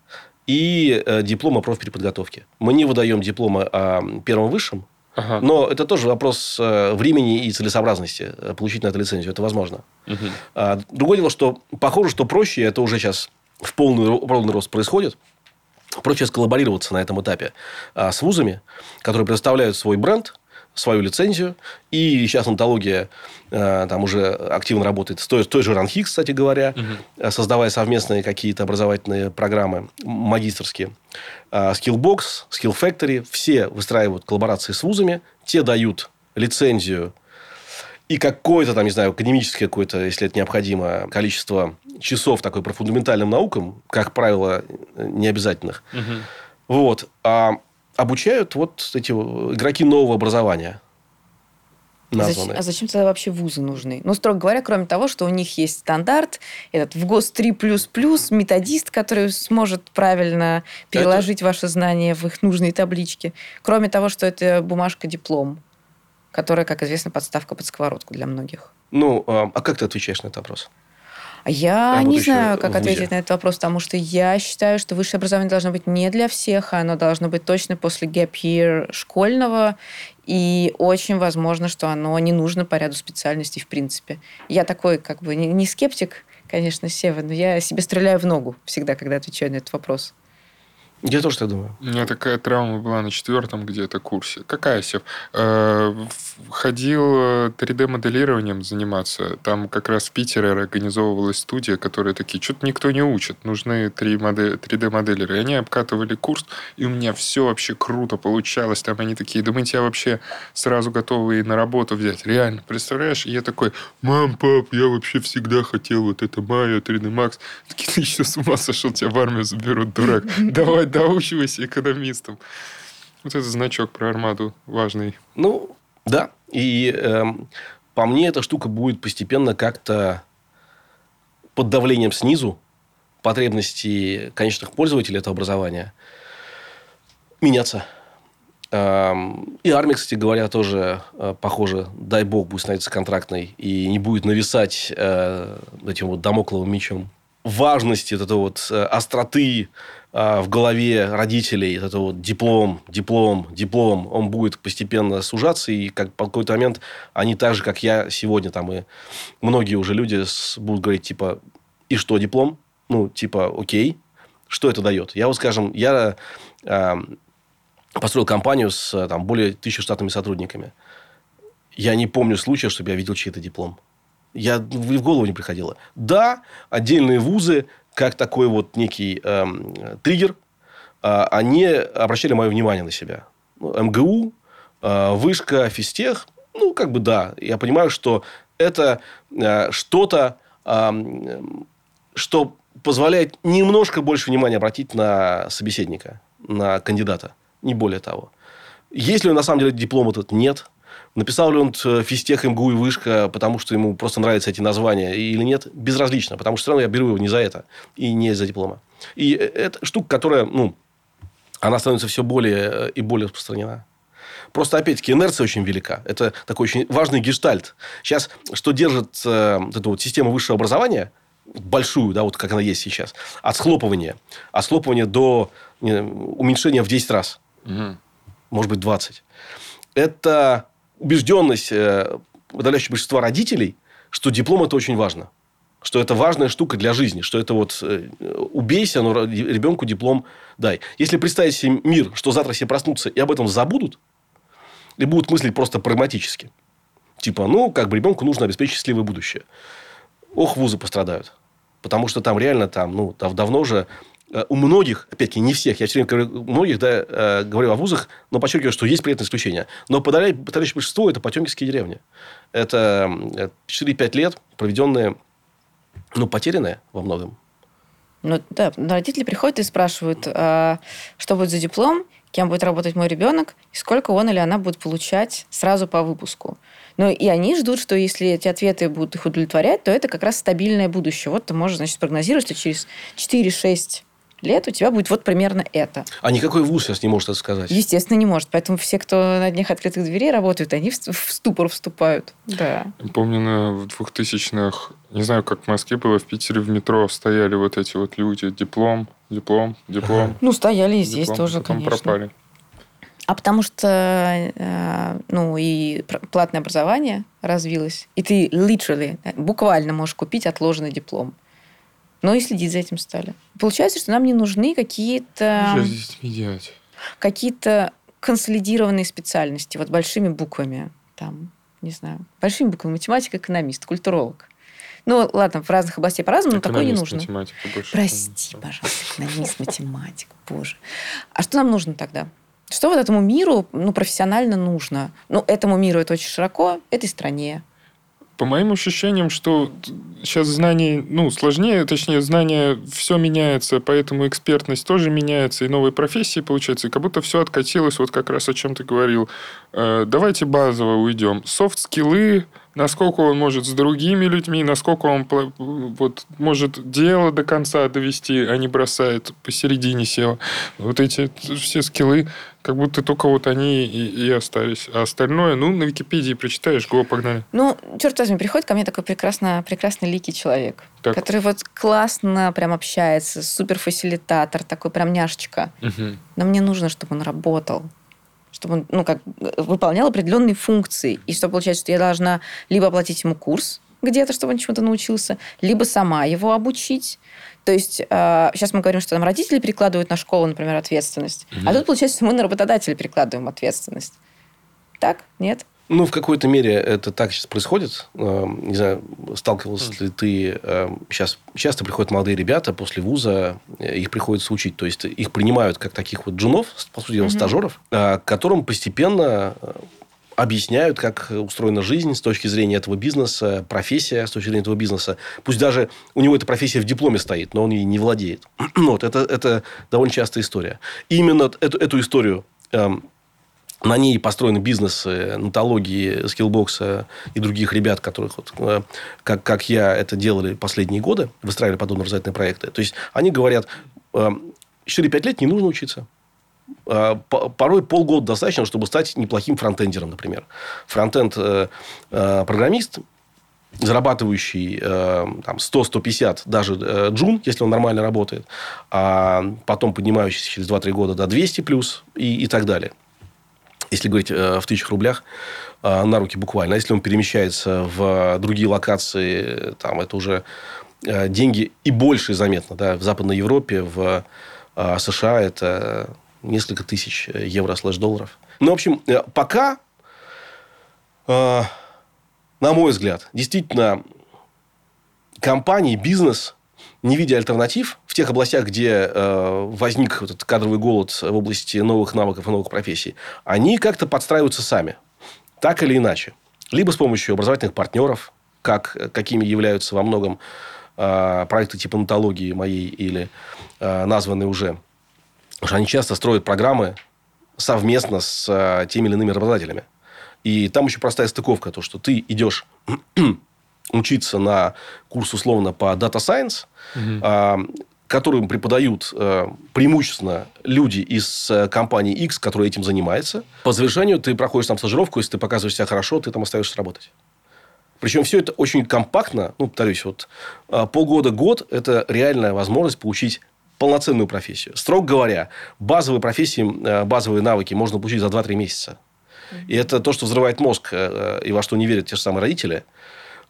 и э, диплом о профпереподготовке. Мы не выдаем дипломы о первом высшем, ага. но это тоже вопрос э, времени и целесообразности э, получить на это лицензию. Это возможно. Угу. А, другое дело, что похоже, что проще, это уже сейчас в полный, полный рост происходит, проще сколлаборироваться на этом этапе а, с вузами, которые предоставляют свой бренд, свою лицензию. И сейчас онтология э, там уже активно работает с той, с той же РАНХИКС, кстати говоря, угу. создавая совместные какие-то образовательные программы магистерские. Э, Skillbox, Skill Factory, все выстраивают коллаборации с вузами, те дают лицензию и какое-то, там, не знаю, академическое какое-то, если это необходимо, количество часов такой по фундаментальным наукам, как правило, необязательных. Угу. Вот. А обучают вот эти игроки нового образования. Названные. А зачем тогда вообще вузы нужны? Ну, строго говоря, кроме того, что у них есть стандарт, этот ВГОС три плюс плюс, методист, который сможет правильно переложить это... ваши знания в их нужные таблички. Кроме того, что это бумажка-диплом, которая, как известно, подставка под сковородку для многих. Ну, а как ты отвечаешь на этот вопрос? Я а не знаю, как ответить на этот вопрос, потому что я считаю, что высшее образование должно быть не для всех, оно должно быть точно после gap year школьного, и очень возможно, что оно не нужно по ряду специальностей в принципе. Я такой, как бы, не скептик, конечно, Сева, но я себе стреляю в ногу всегда, когда отвечаю на этот вопрос. Я тоже так думаю. У меня такая травма была на четвертом где-то курсе. Какая, Сев? Э, ходил три дэ-моделированием заниматься. Там как раз в Питере организовывалась студия, которые такие, что-то никто не учит. Нужны три дэ-моделеры. И они обкатывали курс, и у меня все вообще круто получалось. Там они такие, да мы тебя вообще сразу готовы и на работу взять. Реально, представляешь? И я такой, мам, пап, я вообще всегда хотел вот это Maya, три дэ Max. Такие, ты еще с ума сошел, тебя в армию заберут, дурак. Давай, доучивайся экономистом. Вот это значок про армаду важный. Ну, да. И э, по мне эта штука будет постепенно как-то под давлением снизу потребностей конечных пользователей этого образования меняться. Э, и армия, кстати говоря, тоже, э, похоже, дай бог, будет становиться контрактной и не будет нависать э, этим вот дамокловым мечом важности, вот этой вот э, остроты в голове родителей, это вот диплом, диплом, диплом, он будет постепенно сужаться, и как, по какой-то момент они так же, как я сегодня, там и многие уже люди будут говорить, типа, и что диплом? Ну, типа, окей, что это дает? Я вот, скажем, я э, построил компанию с там, более тысячи штатными сотрудниками. Я не помню случая, чтобы я видел чей-то диплом. Я, в голову не приходило. Да, отдельные вузы, как такой вот некий э, триггер, э, они обращали мое внимание на себя. эм гэ у, э, Вышка, Физтех, ну, как бы да. Я понимаю, что это э, что-то, э, что позволяет немножко больше внимания обратить на собеседника, на кандидата. Не более того. Есть ли на самом деле диплом этот? Нет. Написал ли он Физтех, эм гэ у и Вышка, потому что ему просто нравятся эти названия или нет? Безразлично. Потому что все равно я беру его не за это. И не из-за диплома. И это штука, которая, ну, она становится все более и более распространена. Просто, опять-таки, инерция очень велика. Это такой очень важный гештальт. Сейчас, что держит э, вот эту вот систему высшего образования, большую, да, вот как она есть сейчас, от схлопывания. От схлопывания до не, уменьшения в десять раз. Угу. Может быть, двадцать. Это убежденность подавляющего большинства родителей, что диплом – это очень важно. Что это важная штука для жизни. Что это вот убейся, но ребенку диплом дай. Если представить себе мир, что завтра все проснутся и об этом забудут, и будут мыслить просто прагматически. Типа, ну, как бы ребенку нужно обеспечить счастливое будущее. Ох, вузы пострадают. Потому что там реально там, ну, дав- давно же у многих, опять-таки, не всех, я все время говорю, у многих, да, э, говорю о вузах, но подчеркиваю, что есть при этом исключения. Но подавляющее большинство – это потемкинские деревни. Это четыре-пять лет, проведенные, ну, потерянные во многом. Ну, да, родители приходят и спрашивают, а, что будет за диплом, кем будет работать мой ребенок, и сколько он или она будет получать сразу по выпуску. Ну, и они ждут, что если эти ответы будут их удовлетворять, то это как раз стабильное будущее. Вот ты можешь, значит, прогнозировать, что через четыре-шесть лет у тебя будет вот примерно это. А никакой вуз сейчас не может это сказать? Естественно, не может. Поэтому все, кто на одних открытых дверей работают, они в ступор вступают. Да. Помню, на двухтысячных, не знаю, как в Москве было, в Питере в метро стояли вот эти вот люди. Диплом, диплом, диплом. Ну, стояли и здесь диплом, тоже, потом конечно. пропали. А потому что, ну, и платное образование развилось, и ты literally, буквально можешь купить отложенный диплом. Но и следить за этим стали. Получается, что нам не нужны какие-то... Что здесь делать? Какие-то консолидированные специальности, вот большими буквами. Там, не знаю, большими буквами математик, экономист, культуролог. Ну, ладно, в разных областях по-разному, но такое не нужно. Больше. Прости, пожалуйста, экономист, математик, боже. А что нам нужно тогда? Что вот этому миру, ну, профессионально нужно? Ну, этому миру это очень широко, этой стране. По моим ощущениям, что сейчас знания, ну, сложнее, точнее, знания, все меняется, поэтому экспертность тоже меняется, и новые профессии получаются, и как будто все откатилось, вот как раз о чем ты говорил. Э, давайте базово уйдем. Софт-скиллы, насколько он может с другими людьми, насколько он вот, может дело до конца довести, а не бросает посередине села. Вот эти все скиллы, как будто только вот они и, и остались. А остальное, ну, на Википедии прочитаешь, го, погнали. Ну, черт возьми, приходит ко мне такой прекрасно, прекрасный ликий человек, так. который вот классно прям общается, суперфасилитатор, такой прям няшечка. Угу. Но мне нужно, чтобы он работал. Чтобы он, ну, как, выполнял определенные функции. И что получается, что я должна либо оплатить ему курс где-то, чтобы он чему-то научился, либо сама его обучить. То есть, э, сейчас мы говорим, что нам родители перекладывают на школу, например, ответственность. Mm-hmm. А тут получается, что мы на работодателя перекладываем ответственность. Так? Нет? Ну, в какой-то мере это так сейчас происходит. Не знаю, сталкивался mm. ли ты... Сейчас часто приходят молодые ребята после вуза, их приходится учить. То есть, их принимают как таких вот джунов, по сути дела, mm-hmm. стажеров, которым постепенно объясняют, как устроена жизнь с точки зрения этого бизнеса, профессия с точки зрения этого бизнеса. Пусть даже у него эта профессия в дипломе стоит, но он ей не владеет. Вот, это, это довольно частая история. И именно эту, эту историю... На ней построены бизнесы, нотологии, скиллбокса и других ребят, которых, вот, как, как я, это делали последние годы, выстраивали подобные образовательные проекты. То есть, они говорят, четыре-пять лет не нужно учиться. Порой полгода достаточно, чтобы стать неплохим фронтендером, например. Фронтенд-программист, зарабатывающий там, сто-сто пятьдесят даже джун, если он нормально работает, а потом поднимающийся через два-три года до двести плюс и, и так далее. Если говорить э, в тысячах рублях, э, на руки буквально. А если он перемещается в другие локации, там это уже э, деньги и больше заметно. Да? В Западной Европе, в э, США это несколько тысяч евро слэш долларов. Ну, в общем, э, пока, э, на мой взгляд, действительно, компании, бизнес, не видя альтернатив в тех областях, где э, возник этот кадровый голод в области новых навыков и новых профессий, они как-то подстраиваются сами. Так или иначе. Либо с помощью образовательных партнеров, как, какими являются во многом э, проекты типа нотологии моей или э, названные уже. Потому что они часто строят программы совместно с э, теми или иными работодателями. И там еще простая стыковка. То, что ты идешь... учиться на курс, условно, по Data Science, угу. а, которым преподают а, преимущественно люди из а, компании X, которая этим занимается. По завершению ты проходишь там стажировку, если ты показываешь себя хорошо, ты там остаешься работать. Причем, все это очень компактно. Ну, повторюсь, вот, а, полгода-год – это реальная возможность получить полноценную профессию. Строго говоря, базовые профессии, а, базовые навыки можно получить за два-три месяца. Угу. И это то, что взрывает мозг, а, и во что не верят те же самые родители –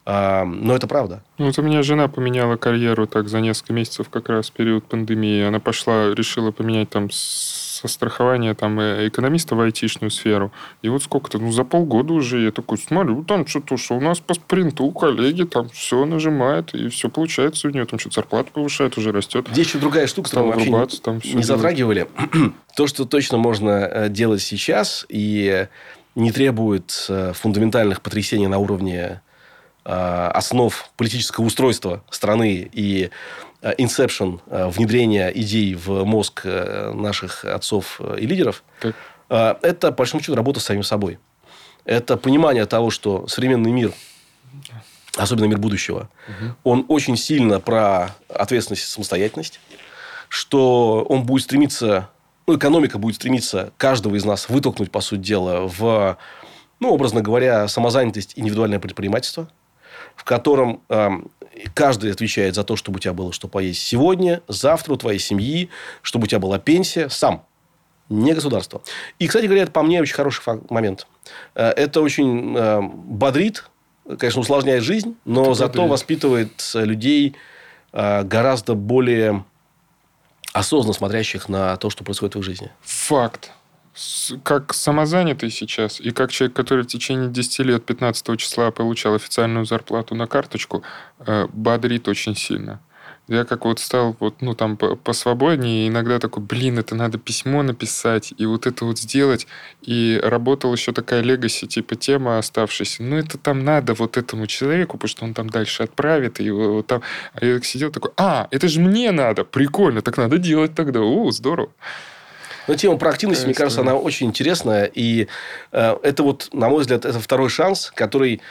Но это правда. Ну, вот у меня жена поменяла карьеру так за несколько месяцев, как раз в период пандемии. Она пошла, решила поменять там со страхования там, экономиста в айтишную сферу. И вот сколько-то, ну, за полгода уже я такой смотрю, там что-то, что у нас по спринту коллеги там все нажимают, и все получается у нее. Там что-то зарплата повышает, уже растет. Здесь еще другая штука, которую мы вообще не, там не затрагивали. То, что точно можно делать сейчас и не требует фундаментальных потрясений на уровне основ политического устройства страны и инсепшн, внедрения идей в мозг наших отцов и лидеров, так. Это, по большому счету, работа с самим собой. Это понимание того, что современный мир, особенно мир будущего, угу. он очень сильно про ответственность и самостоятельность, что он будет стремиться, ну, экономика будет стремиться каждого из нас вытолкнуть, по сути дела, в, ну, образно говоря, самозанятость, индивидуальное предпринимательство, в котором э, каждый отвечает за то, чтобы у тебя было что поесть сегодня, завтра у твоей семьи, чтобы у тебя была пенсия сам, не государство. И, кстати говоря, это по мне очень хороший момент. Э, это очень э, бодрит, конечно, усложняет жизнь, но это зато бодрит. Воспитывает людей э, гораздо более осознанно смотрящих на то, что происходит в их жизни. Факт. Как самозанятый сейчас и как человек, который в течение десяти лет пятнадцатого числа получал официальную зарплату на карточку, бодрит очень сильно. Я как вот стал вот, ну, там, посвободнее, иногда такой, блин, это надо письмо написать, и вот это вот сделать. И работала еще такая легаси, типа, тема оставшаяся. Ну, это там надо вот этому человеку, потому что он там дальше отправит. И вот там... А я сидел такой, а, это же мне надо, прикольно, так надо делать тогда. О, здорово. Но тема про активность, мне кажется, она очень интересная. И э, это вот, на мой взгляд, это второй шанс, который,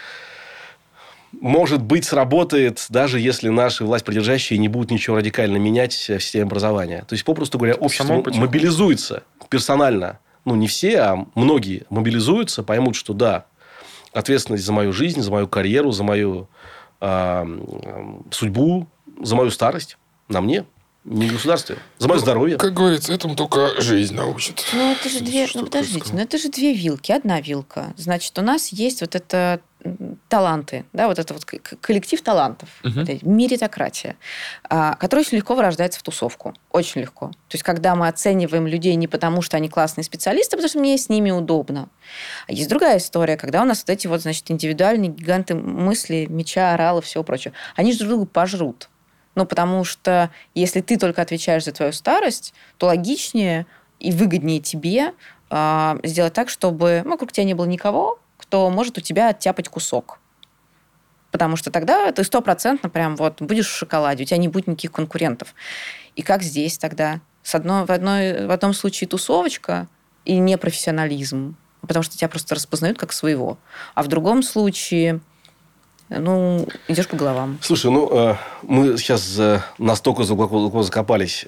может быть, сработает, даже если наши властьпридержащие не будут ничего радикально менять в системе образования. То есть, попросту говоря, общество мобилизуется персонально. Ну, не все, а многие мобилизуются, поймут, что да, ответственность за мою жизнь, за мою карьеру, за мою э, судьбу, за мою старость на мне. Не государство, за мое здоровье. Как говорится, этому только жизнь научит. Ну, это же две... Ну, подождите, ну, это же две вилки, одна вилка. Значит, у нас есть вот это таланты, да, вот это вот коллектив талантов, угу. меритократия, которая очень легко вырождается в тусовку. Очень легко. То есть, когда мы оцениваем людей не потому, что они классные специалисты, а потому что мне с ними удобно. А есть другая история, когда у нас вот эти вот, значит, индивидуальные гиганты мысли, меча, орала, всего прочего, они же друг друга пожрут. Ну, потому что если ты только отвечаешь за твою старость, то логичнее и выгоднее тебе э, сделать так, чтобы ну, вокруг тебя не было никого, кто может у тебя оттяпать кусок. Потому что тогда ты стопроцентно прям вот будешь в шоколаде, у тебя не будет никаких конкурентов. И как здесь тогда? С одной, в, одной, в одном случае тусовочка и непрофессионализм, потому что тебя просто распознают как своего. А в другом случае... Ну, идешь по головам. Слушай, ну, мы сейчас настолько глубоко закопались,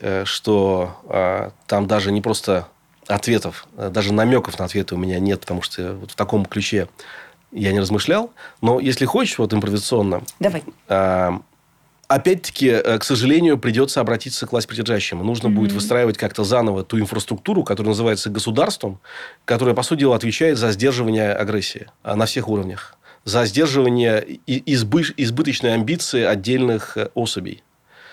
что там даже не просто ответов, даже намеков на ответы у меня нет, потому что вот в таком ключе я не размышлял. Но если хочешь, вот импровизационно... Давай. Опять-таки, к сожалению, придется обратиться к властьпридержащим. Нужно mm-hmm. будет выстраивать как-то заново ту инфраструктуру, которая называется государством, которая, по сути дела, отвечает за сдерживание агрессии на всех уровнях. За сдерживание избы- избыточной амбиции отдельных особей.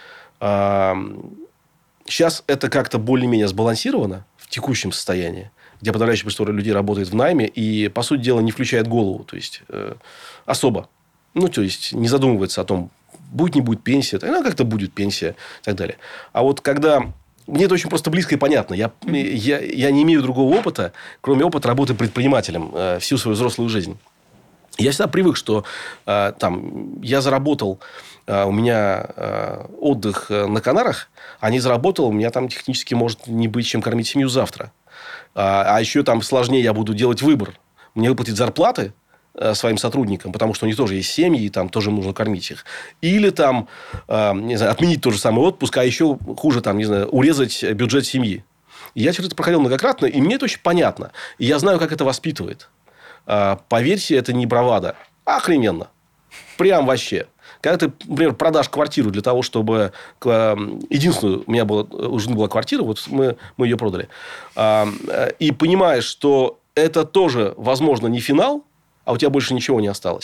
Сейчас это как-то более-менее сбалансировано в текущем состоянии, где подавляющее большинство людей работает в найме и, по сути дела, не включает голову, то есть э, особо. Ну, то есть не задумывается о том, будет, не будет пенсия, ну, как-то будет пенсия и так далее. А вот когда... Мне это очень просто близко и понятно. Я, я, я не имею другого опыта, кроме опыта работы предпринимателем э, всю свою взрослую жизнь. Я всегда привык, что э, там, я заработал, э, у меня э, отдых на Канарах, а не заработал, у меня там технически может не быть чем кормить семью завтра. А, а еще там сложнее я буду делать выбор. Мне выплатить зарплаты э, своим сотрудникам, потому что у них тоже есть семьи, и там тоже нужно кормить их. Или там, э, не знаю, отменить тот же самый отпуск, а еще хуже, там, не знаю, урезать бюджет семьи. И я через это проходил многократно, и мне это очень понятно. И я знаю, как это воспитывает. Поверьте, это не бравада. Охрененно. Прям вообще. Когда ты, например, продашь квартиру для того, чтобы... Единственную у меня была, у жены была квартира, вот мы, мы ее продали. И понимаешь, что это тоже, возможно, не финал, а у тебя больше ничего не осталось.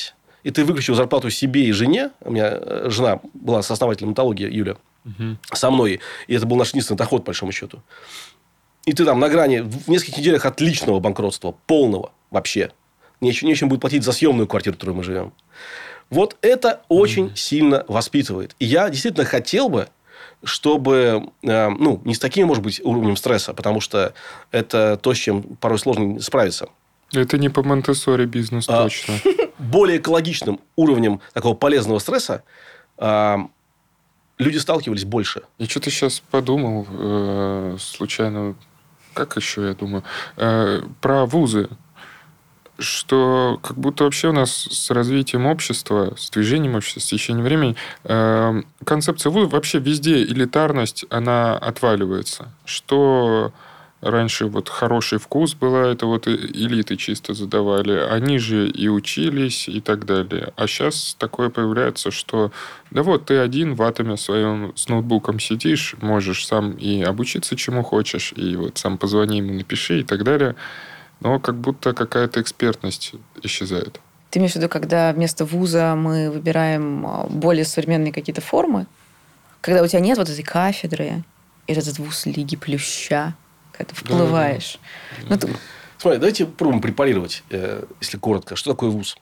и ты выключил зарплату себе и жене, у меня жена была сооснователем онтологии, Юля, угу. со мной, и это был наш единственный доход, по большому счету, и ты там на грани, в нескольких неделях отличного банкротства, полного вообще, нечем, нечем будет платить за съемную квартиру, в которой мы живем. Вот это очень mm. сильно воспитывает. И я действительно хотел бы, чтобы, э, ну, не с таким, может быть, уровнем стресса, потому что это то, с чем порой сложно справиться. Это не по Монтессори бизнес, а, точно. Более экологичным уровнем такого полезного стресса э, люди сталкивались больше. Я что-то сейчас подумал, э, случайно, как еще я думаю, э, про вузы. Что как будто вообще у нас с развитием общества, с движением общества, с течением времени, э, концепция вуза вообще везде элитарность, она отваливается. Что раньше вот хороший вкус была, это вот элиты чисто задавали, они же и учились и так далее. А сейчас такое появляется, что да вот ты один в атоме своем с ноутбуком сидишь, можешь сам и обучиться чему хочешь, и вот сам позвони ему, напиши и так далее. Но как будто какая-то экспертность исчезает. Ты имеешь в виду, когда вместо вуза мы выбираем более современные какие-то формы? Когда у тебя нет вот этой кафедры, и этот вуз Лиги Плюща, когда ты вплываешь. Да, ну, да. ты... Смотри, давайте попробуем препарировать, если коротко. Что такое вуз?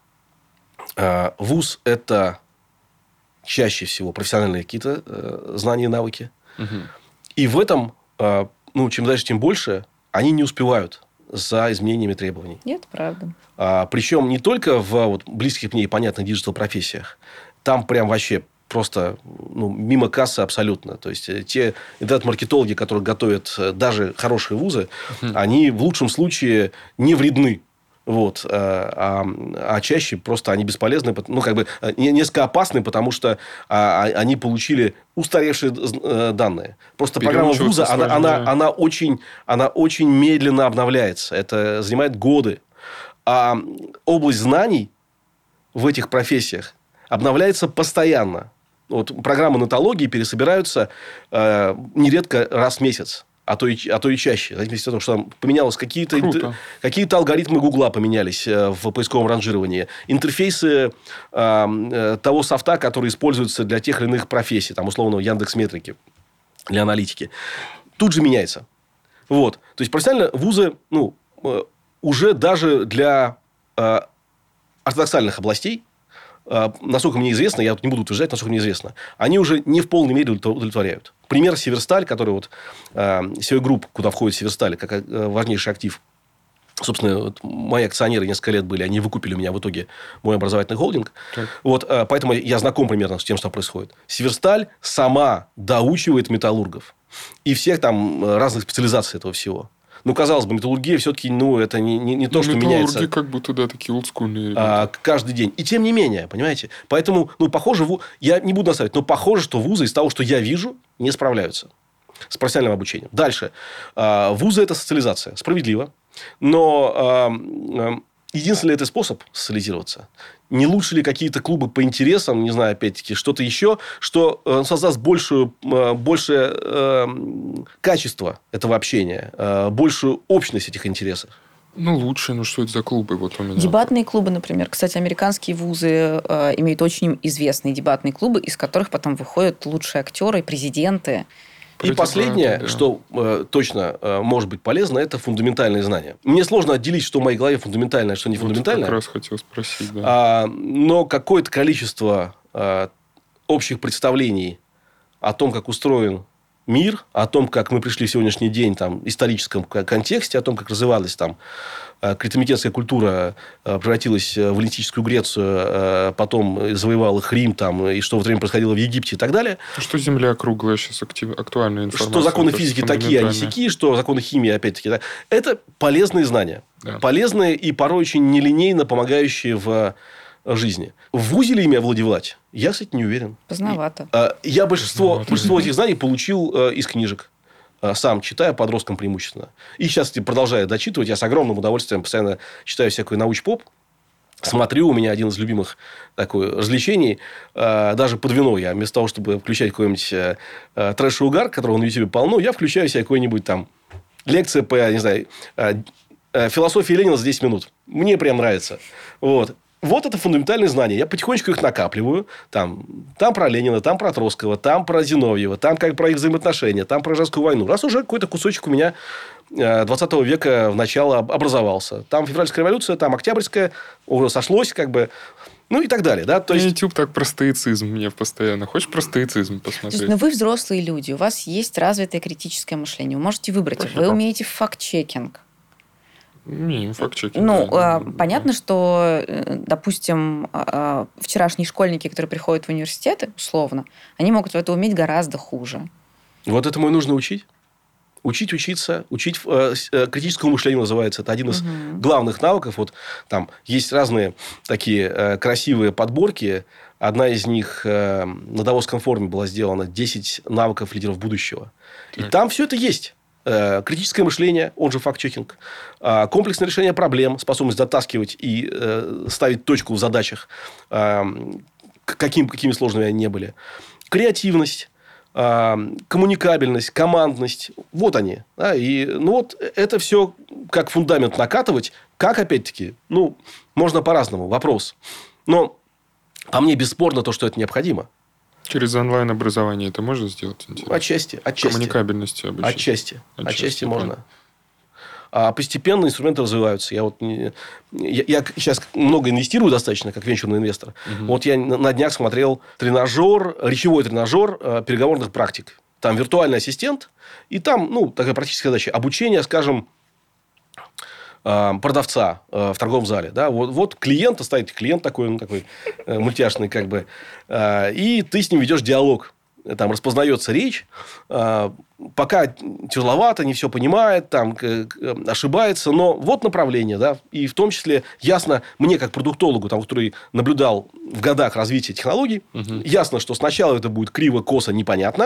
Вуз – это чаще всего профессиональные какие-то знания и навыки. Угу. И в этом, ну, чем дальше, тем больше, они не успевают за изменениями требований. Нет, правда. А, причем не только в вот, близких мне и понятных диджитал-профессиях. Там прям вообще просто ну, мимо кассы абсолютно. То есть, те интернет-маркетологи, которые готовят даже хорошие вузы, uh-huh. они в лучшем случае не вредны. Вот, а, а чаще просто они бесполезны, ну, как бы несколько опасны, потому что а, они получили устаревшие данные. Просто программа вуза, она, она, она, очень, она очень медленно обновляется. Это занимает годы. А область знаний в этих профессиях обновляется постоянно. Вот, программы нотологии пересобираются э, нередко раз в месяц. А то, и, а то и чаще. В зависимости от того, что там поменялось какие-то, какие-то алгоритмы Гугла поменялись в поисковом ранжировании. Интерфейсы э, того софта, который используется для тех или иных профессий. Там, условно, Яндекс.Метрики для аналитики. Тут же меняется. Вот. То есть, профессионально вузы ну, уже даже для э, ортодоксальных областей, насколько мне известно, я тут не буду утверждать, насколько мне известно, они уже не в полной мере удовлетворяют. Пример Северсталь, который вот сео Групп, куда входит Северсталь, как важнейший актив. Собственно, вот мои акционеры несколько лет были, они выкупили у меня в итоге мой образовательный холдинг. Вот, поэтому я знаком примерно с тем, что происходит. Северсталь сама доучивает металлургов. И всех там разных специализаций этого всего. Ну, казалось бы, металлургия все-таки, ну, это не, не, не то, ну, что меняется. Металлурги как будто, да, такие олдскульные. А, каждый день. И тем не менее, понимаете? Поэтому, ну, похоже, ву... я не буду наставить, но похоже, что вузы из того, что я вижу, не справляются с профессиональным обучением. Дальше. А, вузы – это социализация. Справедливо. Но а, а, единственный ли это способ социализироваться? Не лучше ли какие-то клубы по интересам, не знаю, опять-таки, что-то еще, что э, создаст большую, э, большее э, качество этого общения, э, большую общность этих интересов? Ну, лучше. Ну, что это за клубы? Вот у меня. Дебатные клубы, например. Кстати, американские вузы э, имеют очень известные дебатные клубы, из которых потом выходят лучшие актеры, президенты. И последнее, да. что э, точно э, может быть полезно, это фундаментальные знания. Мне сложно отделить, что в моей голове фундаментальное, а что не вот фундаментальное. Как раз хотел спросить, да. А, но какое-то количество а, общих представлений о том, как устроен мир, о том, как мы пришли в сегодняшний день там, в историческом контексте, о том, как развивалась там критомикенская культура, превратилась в эллинистическую Грецию, потом завоевал их Рим, там, и что в это время происходило в Египте и так далее. Что Земля круглая, сейчас актив... актуальная информация. Что законы физики такие, а не сякие, что законы химии, опять-таки. Да. Это полезные знания. Да. Полезные и порой очень нелинейно помогающие в жизни. В вузе ли ими овладевать? Я, кстати, не уверен. Поздновато. Я большинство, Поздновато. большинство этих знаний получил из книжек. Сам читаю, подросткам преимущественно. И сейчас продолжаю дочитывать. Я с огромным удовольствием постоянно читаю всякую науч-поп. Смотрю, у меня один из любимых такой развлечений. Даже под вино я вместо того, чтобы включать какой-нибудь трэш и угар, которого на YouTube полно, я включаю себе какой-нибудь там лекция по, не знаю, философии Ленина за десять минут. Мне прям нравится. Вот. Вот это фундаментальные знания. Я потихонечку их накапливаю. Там, там про Ленина, там про Троцкого, там про Зиновьева, там как про их взаимоотношения, там про Гражданскую войну. Раз уже какой-то кусочек у меня двадцатого века в начало образовался. Там февральская революция, там октябрьская, уже сошлось как бы... Ну, и так далее, да? То есть... YouTube так про стоицизм мне постоянно. Хочешь про стоицизм посмотреть? Есть, но вы взрослые люди, у вас есть развитое критическое мышление. Вы можете выбрать. Прошу, вы умеете факт-чекинг. Не, факт-чекинг. Ну, да, а, понятно, да. что, допустим, вчерашние школьники, которые приходят в университеты, условно, они могут в это уметь гораздо хуже. Вот этому и нужно учить. Учить учиться, учить э, критическому мышлению называется. Это один из угу. главных навыков. Вот там есть разные такие э, красивые подборки. Одна из них э, на Давосском форуме была сделана десять навыков лидеров будущего. Так. И там все это есть. Э, критическое мышление, он же факт-чекинг. Э, комплексное решение проблем, способность дотаскивать и э, ставить точку в задачах, э, каким, какими сложными они не были. Креативность. Коммуникабельность, командность. Вот они. Да? И ну, вот это все как фундамент накатывать. Как, опять-таки, ну, можно по-разному. Вопрос. Но по мне бесспорно то, что это необходимо. Через онлайн-образование это можно сделать? Интересно? Отчасти. отчасти. Коммуникабельностью обучения? Отчасти. Отчасти, отчасти можно. А постепенно инструменты развиваются. Я, вот, я, я сейчас много инвестирую достаточно, как венчурный инвестор. Угу. Вот я на днях смотрел тренажер, речевой тренажер э, переговорных практик. Там виртуальный ассистент. И там, ну, такая практическая задача. Обучение, скажем, э, продавца э, в торговом зале. Да? Вот, вот клиент, ставит клиент такой, ну, такой э, мультяшный, как бы. Э, и ты с ним ведешь диалог. Там распознается речь, пока тяжеловато, не все понимает, там, ошибается, но вот направление, да, и в том числе ясно мне, как продуктологу, там, который наблюдал в годах развития технологий, угу. ясно, что сначала это будет криво, косо, непонятно,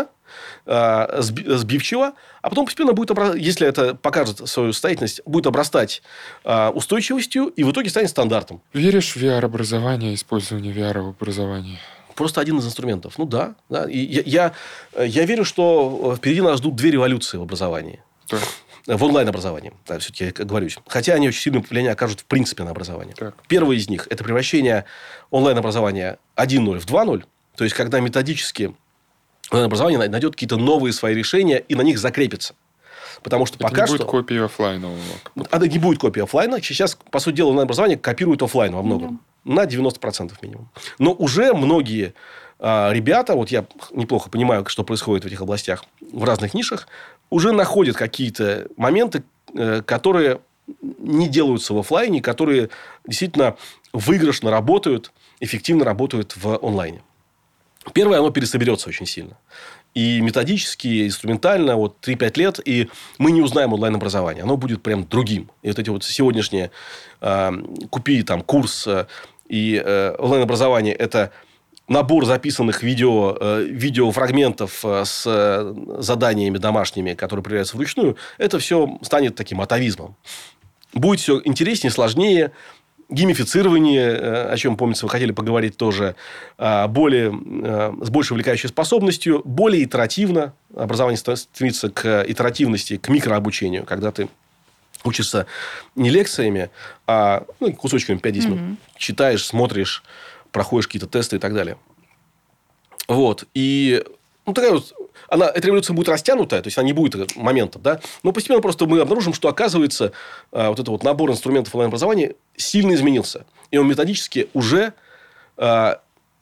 сбивчиво, а потом постепенно будет, если это покажет свою состоятельность, будет обрастать устойчивостью и в итоге станет стандартом. Веришь в ви ар-образование, использование ви ар в образовании? Просто один из инструментов. Ну, да. да. И я, я, я верю, что впереди нас ждут две революции в образовании. Так. В онлайн-образовании. Да, все-таки я говорю. Хотя они очень сильное влияние окажут в принципе на образование. Так. Первое из них – это превращение онлайн-образования один ноль в два ноль. То есть, когда методически онлайн-образование найдет какие-то новые свои решения и на них закрепится. Потому что это пока не будет что... копии офлайнового. Это не будет копия офлайна. Сейчас, по сути дела, онлайн-образование копирует офлайн во многом. Mm-hmm. На девяносто процентов минимум. Но уже многие а, ребята, вот я неплохо понимаю, что происходит в этих областях, в разных нишах, уже находят какие-то моменты, э, которые не делаются в офлайне, которые действительно выигрышно работают, эффективно работают в онлайне. Первое, оно пересоберется очень сильно. И методически, и инструментально, вот три-пять лет, и мы не узнаем онлайн-образование. Оно будет прям другим. И вот эти вот сегодняшние э, купи там курс э, и э, онлайн-образование – это набор записанных видео, э, видеофрагментов э, с э, заданиями домашними, которые проверяются вручную. Это все станет таким атовизмом. Будет все интереснее, сложнее. Геймифицирование, о чем, помнится, вы хотели поговорить тоже, более, с большей увлекающей способностью, более итеративно. Образование стремится к итеративности, к микрообучению, когда ты учишься не лекциями, а ну, кусочками пять-десять минут. Mm-hmm. Читаешь, смотришь, проходишь какие-то тесты и так далее. Вот. И ну, такая вот... Она, эта революция будет растянутая, то есть, она не будет моментом, да? Но постепенно просто мы обнаружим, что, оказывается, вот этот вот набор инструментов онлайн-образования сильно изменился. И он методически уже а,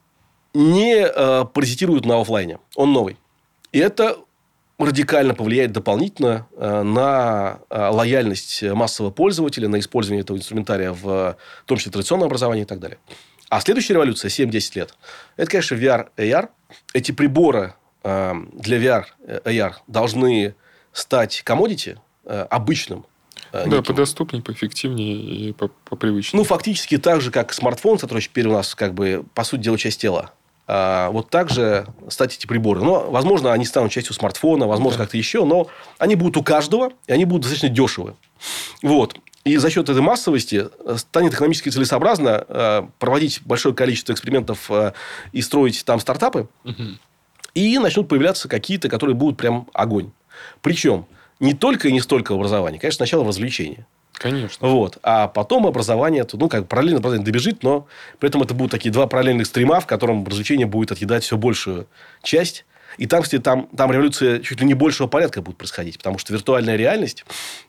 не а, паразитирует на офлайне. Он новый. И это радикально повлияет дополнительно а, на а, лояльность массового пользователя, на использование этого инструментария в, в том числе традиционном образовании и так далее. А следующая революция, семь-десять лет, это, конечно, ви ар, эй ар. Эти приборы для ви ар, эй ар должны стать commodity, обычным. Да, неким. Подоступнее, поэффективнее и попривычнее. Ну, фактически так же, как смартфон, который теперь у нас, как бы, по сути дела, часть тела. А вот так же стать эти приборы. Но, возможно, они станут частью смартфона, возможно, да. как-то еще, но они будут у каждого, и они будут достаточно дешевы. Вот. И за счет этой массовости станет экономически целесообразно проводить большое количество экспериментов и строить там стартапы. Угу. И начнут появляться какие-то, которые будут прям огонь. Причем, не только и не столько в образовании. Конечно, сначала в развлечении. Конечно. Вот. А потом образование, ну, как параллельно образование добежит, но при этом это будут такие два параллельных стрима, в котором развлечение будет отъедать все большую часть. И там, кстати, там, там революция чуть ли не большего порядка будет происходить, потому что виртуальная реальность,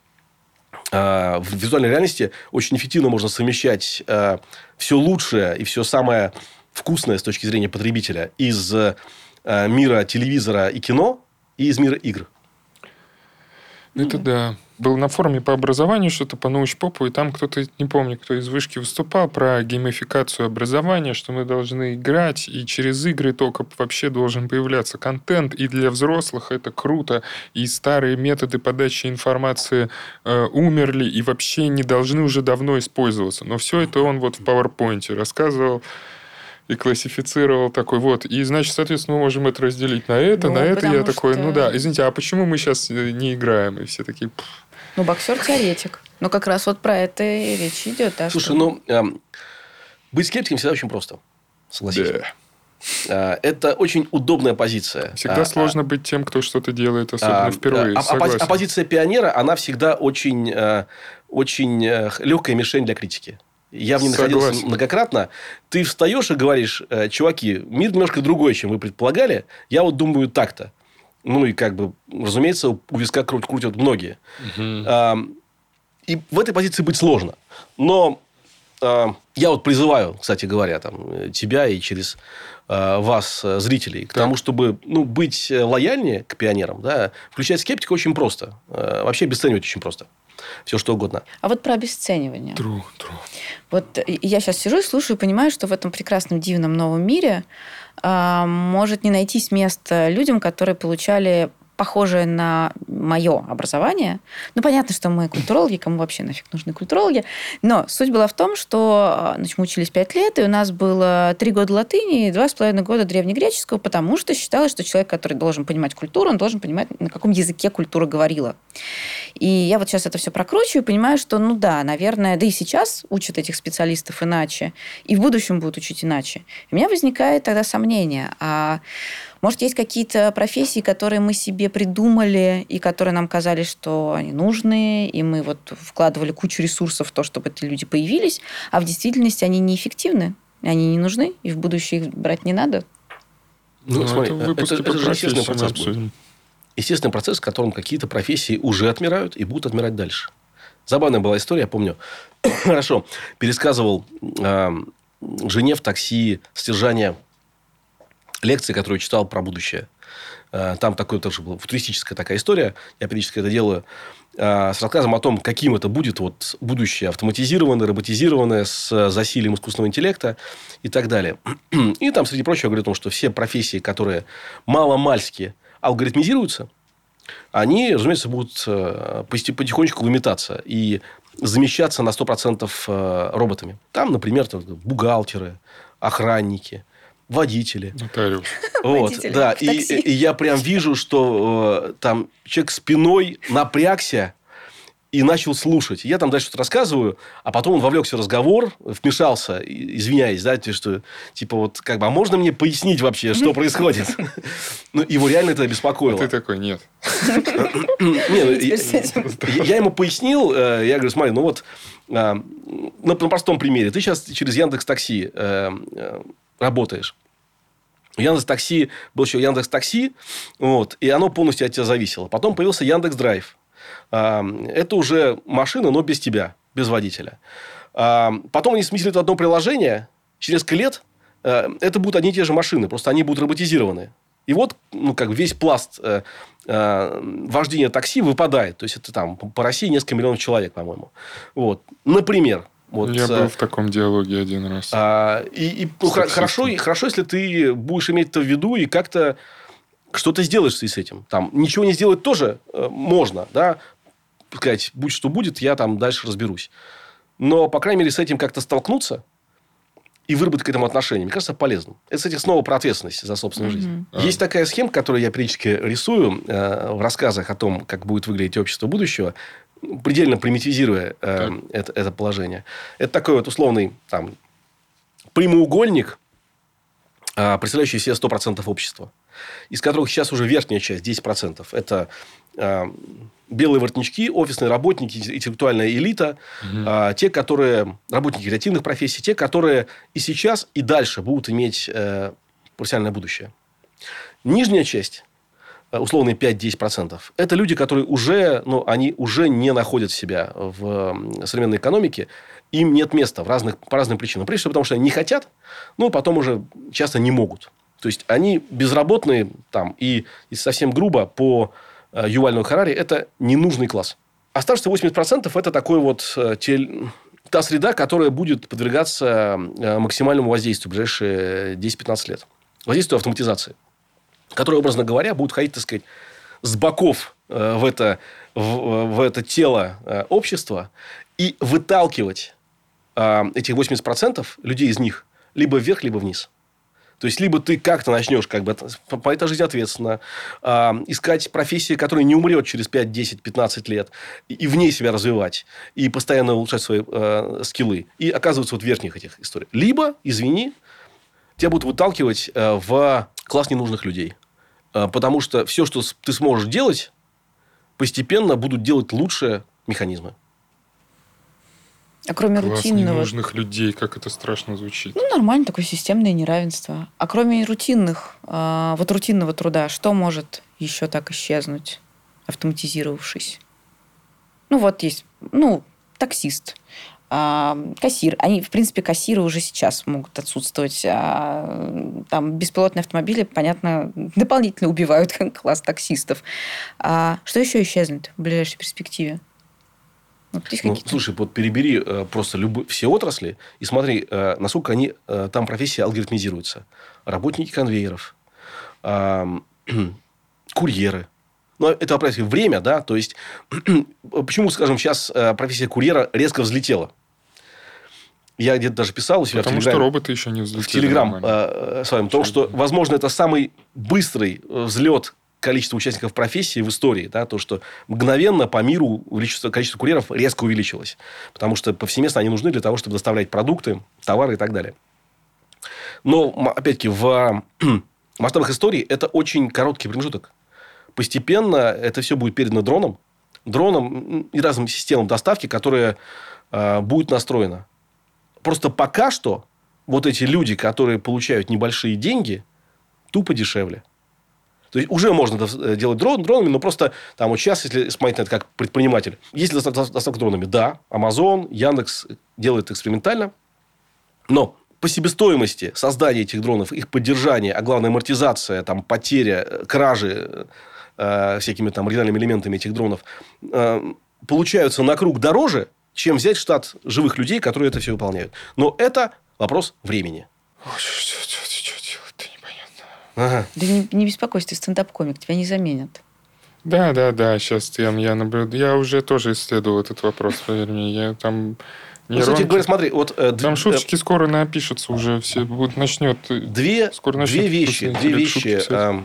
э, в виртуальной реальности очень эффективно можно совмещать э, все лучшее и все самое вкусное с точки зрения потребителя из э, мира телевизора и кино и из мира игр. Это да. Был на форуме по образованию что-то по научпопу, и там кто-то, не помню, кто из вышки выступал про геймификацию образования, что мы должны играть, и через игры только вообще должен появляться контент, и для взрослых это круто, и старые методы подачи информации э, умерли, и вообще не должны уже давно использоваться. Но все это он вот в PowerPoint рассказывал и классифицировал такой вот. И, значит, соответственно, мы можем это разделить на это, Ну, на это. Я потому такой, что- ну да, извините, а почему мы сейчас не играем? И все такие... «Пф». Ну, боксер-теоретик. Ну, как раз вот про это и речь идет. Да, Слушай, что- ну, эм, быть скептиком всегда очень просто. Согласись. Да. Э, Это очень удобная позиция. Всегда А, сложно быть тем, кто что-то делает, особенно а, впервые. а, а, Согласен. а позиция пионера, она всегда очень, э, очень э, легкая мишень для критики. Я в ней находился Согласен. многократно. Ты встаешь и говоришь: э, чуваки, мир немножко другой, чем вы предполагали. Я вот думаю так-то. Ну, и как бы, разумеется, у виска кру- крутят многие. Мгм. А, И в этой позиции быть сложно. Но а, я вот призываю, кстати говоря, там, тебя и через а, вас, а, зрителей, к Так. тому, чтобы ну, быть лояльнее к пионерам. Да, включать скептика очень просто. А, Вообще обесценивать очень просто. Все, что угодно. А вот про обесценивание. Тру, тру. Вот я сейчас сижу и слушаю и понимаю, что в этом прекрасном, дивном новом мире а, может не найтись места людям, которые получали похожее на мое образование. Ну, понятно, что мы культурологи, кому вообще нафиг нужны культурологи. Но суть была в том, что значит, мы учились пять лет, и у нас было три года латыни и два с половиной года древнегреческого, потому что считалось, что человек, который должен понимать культуру, он должен понимать, на каком языке культура говорила. И я вот сейчас это все прокручиваю и понимаю, что, ну да, наверное, да и сейчас учат этих специалистов иначе, и в будущем будут учить иначе. И у меня возникает тогда сомнение, а может, есть какие-то профессии, которые мы себе придумали, и которые нам казались, что они нужны, и мы вот вкладывали кучу ресурсов в то, чтобы эти люди появились, а в действительности они неэффективны, они не нужны, и в будущее их брать не надо. Ну, Ну, смотри, это в выпуске это- по это же естественный профессиям процесс будет. обсудим. Естественный процесс, в котором какие-то профессии уже отмирают и будут отмирать дальше. Забавная была история, я помню. Хорошо. Пересказывал э, жене в такси содержание лекции, которую читал про будущее. Э, Там такой тоже была футуристическая такая история. Я периодически это делаю. э, С рассказом о том, каким это будет вот, будущее автоматизированное, роботизированное, с засилием искусственного интеллекта и так далее. И там, среди прочего, говорит о том, что все профессии, которые маломальски алгоритмизируются, они, разумеется, будут э, пости- потихонечку выметаться и замещаться на сто процентов э, роботами. Там, например, там, бухгалтеры, охранники, водители. Нотариус. Вот, Водители да. в И, такси. и я прям вижу, что э, там человек спиной напрягся и начал слушать. Я там дальше что-то рассказываю, а потом он вовлекся в разговор, вмешался, и- извиняясь, да, то, что, типа, вот, как бы, а можно мне пояснить вообще, что происходит? Ну, его реально это А беспокоило. ты такой, нет. Не, ну, Теперь я- с этим. я я ему пояснил, э, я говорю, смотри, ну вот, э, на на простом примере. Ты сейчас через Яндекс.Такси э, э, работаешь. У Яндекс.Такси был еще Яндекс.Такси, вот, и оно полностью от тебя зависело. Потом появился Яндекс.Драйв. А, Это уже машина, но без тебя, без водителя. А, Потом они сместили это в одно приложение. Через несколько лет э, это будут одни и те же машины, просто они будут роботизированы. И вот, ну, как весь пласт э, э, вождения такси выпадает. То есть, это там по России несколько миллионов человек, по-моему. Вот. Например. Вот, Я э, был в таком диалоге один раз. а, и, и, ну, С хра- таксистом. хорошо, и хорошо, если ты будешь иметь это в виду и как-то что-то сделаешь в связи с этим. Там, ничего не сделать тоже э, можно, да. Сказать, будь что будет, я там дальше разберусь. Но, по крайней мере, с этим как-то столкнуться и выработать к этому отношение, мне кажется, полезным. Это, кстати, снова про ответственность за собственную жизнь. Мгм. А. Есть такая схема, которую я периодически рисую э, в рассказах о том, как будет выглядеть общество будущего, предельно примитивизируя э, это, это положение. Это такой вот условный там, прямоугольник, э, представляющий себе сто процентов общества, из которых сейчас уже верхняя часть, десять процентов, это белые воротнички, офисные работники, интеллектуальная элита, угу. а, те, которые работники креативных профессий, те, которые и сейчас, и дальше будут иметь э, профессиональное будущее. Нижняя часть, условные пять-десять процентов, это люди, которые уже, ну, они уже не находят себя в современной экономике, им нет места в разных, по разным причинам. Прежде всего, потому что они не хотят, но потом уже часто не могут. То есть, они безработные там, и, и совсем грубо по Юваль Харари, это ненужный класс. Оставшиеся восемьдесят процентов это такой вот те, та среда, которая будет подвергаться максимальному воздействию в ближайшие десять-пятнадцать лет. Воздействию автоматизации. Которая, образно говоря, будет ходить, так сказать, с боков в это, в, в это тело общества и выталкивать этих восемьдесят процентов людей из них либо вверх, либо вниз. То есть, либо ты как-то начнешь как бы, по этой жизни ответственно э, искать профессию, которая не умрет через пять, десять, пятнадцать лет, и, и в ней себя развивать, и постоянно улучшать свои э, скиллы, и оказываться вот в верхних этих историях. Либо, извини, тебя будут выталкивать э, в класс ненужных людей. Э, потому что все, что ты сможешь делать, постепенно будут делать лучшие механизмы. А кроме Класс рутинного... ненужных людей, как это страшно звучит. Ну, нормально, такое системное неравенство. А кроме рутинных, э, вот рутинного труда, что может еще так исчезнуть, автоматизировавшись? Ну, вот есть, ну, таксист, э, кассир. Они, в принципе, кассиры уже сейчас могут отсутствовать. А, там беспилотные автомобили, понятно, дополнительно убивают класс таксистов. А что еще исчезнет в ближайшей перспективе? Вот ну, слушай, вот перебери э, просто любые, все отрасли и смотри, э, насколько они, э, там профессии алгоритмизируются. Работники конвейеров, э, курьеры. Но это, опять время, да, то есть, почему, скажем, сейчас э, профессия курьера резко взлетела? Я где-то даже писал у себя Потому в Телеграме. Потому что роботы еще не взлетели. В Телеграм э, с вами. Потому что, возможно, это самый быстрый взлет количество участников профессии в истории, да, то, что мгновенно по миру количество, количество курьеров резко увеличилось. Потому что повсеместно они нужны для того, чтобы доставлять продукты, товары и так далее. Но, опять-таки, в масштабах истории это очень короткий промежуток. Постепенно это все будет передано дроном, дроном и разным системам доставки, которые э, будут настроены. Просто пока что вот эти люди, которые получают небольшие деньги, тупо дешевле. То есть, уже можно делать дрон, дронами, но просто там вот сейчас, если смотреть на это как предприниматель, есть ли доставка дронами? Да. Amazon, Яндекс делают экспериментально. Но по себестоимости создания этих дронов, их поддержания, а главное амортизация, там, потеря, кражи э, всякими там оригинальными элементами этих дронов, э, получаются на круг дороже, чем взять штат живых людей, которые это все выполняют. Но это вопрос времени. Ага. Да не, не беспокойся, ты стендап-комик, тебя не заменят. Да, да, да, сейчас я, я наблюдаю. Я уже тоже исследовал этот вопрос, поверь мне. Я там... Ну, кстати говоря, смотри, вот... Э, там д... шуточки э... скоро напишутся уже, все будут, начнет... Две, скоро начнет две вещи, две вещи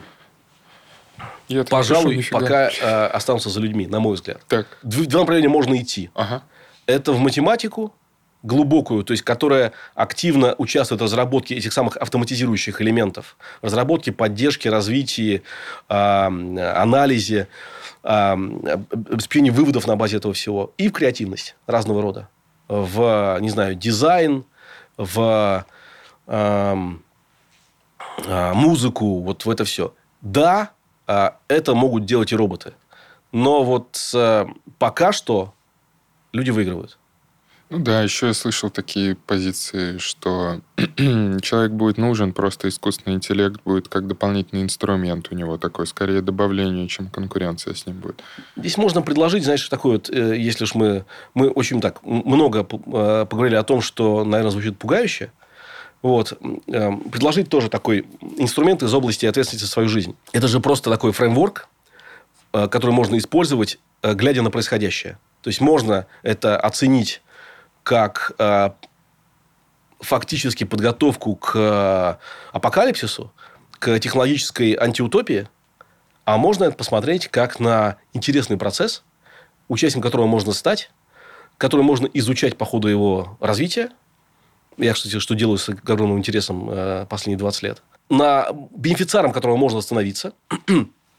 э, пожалуй, напишу, пока э, останутся за людьми, на мой взгляд. Так. В два направления можно идти. Ага. Это в математику, глубокую, то есть, которая активно участвует в разработке этих самых автоматизирующих элементов, разработке, поддержке, развитии, э, анализе, э, обеспечении выводов на базе этого всего. И в креативность разного рода. В, не знаю, дизайн, в э, э, музыку, вот в это все. Да, э, это могут делать и роботы. Но вот э, пока что люди выигрывают. Ну да, еще я слышал такие позиции, что человек будет нужен, просто искусственный интеллект будет как дополнительный инструмент у него такой, скорее добавление, чем конкуренция с ним будет. Здесь можно предложить, знаешь, такое вот, если уж мы, мы очень так много поговорили о том, что, наверное, звучит пугающе, вот, предложить тоже такой инструмент из области ответственности за свою жизнь. Это же просто такой фреймворк, который можно использовать, глядя на происходящее. То есть, можно это оценить как э, фактически подготовку к э, апокалипсису, к технологической антиутопии, а можно это посмотреть как на интересный процесс, участником которого можно стать, который можно изучать по ходу его развития. Я, кстати, что делаю с огромным интересом э, последние двадцать лет. На бенефициаром которого можно становиться.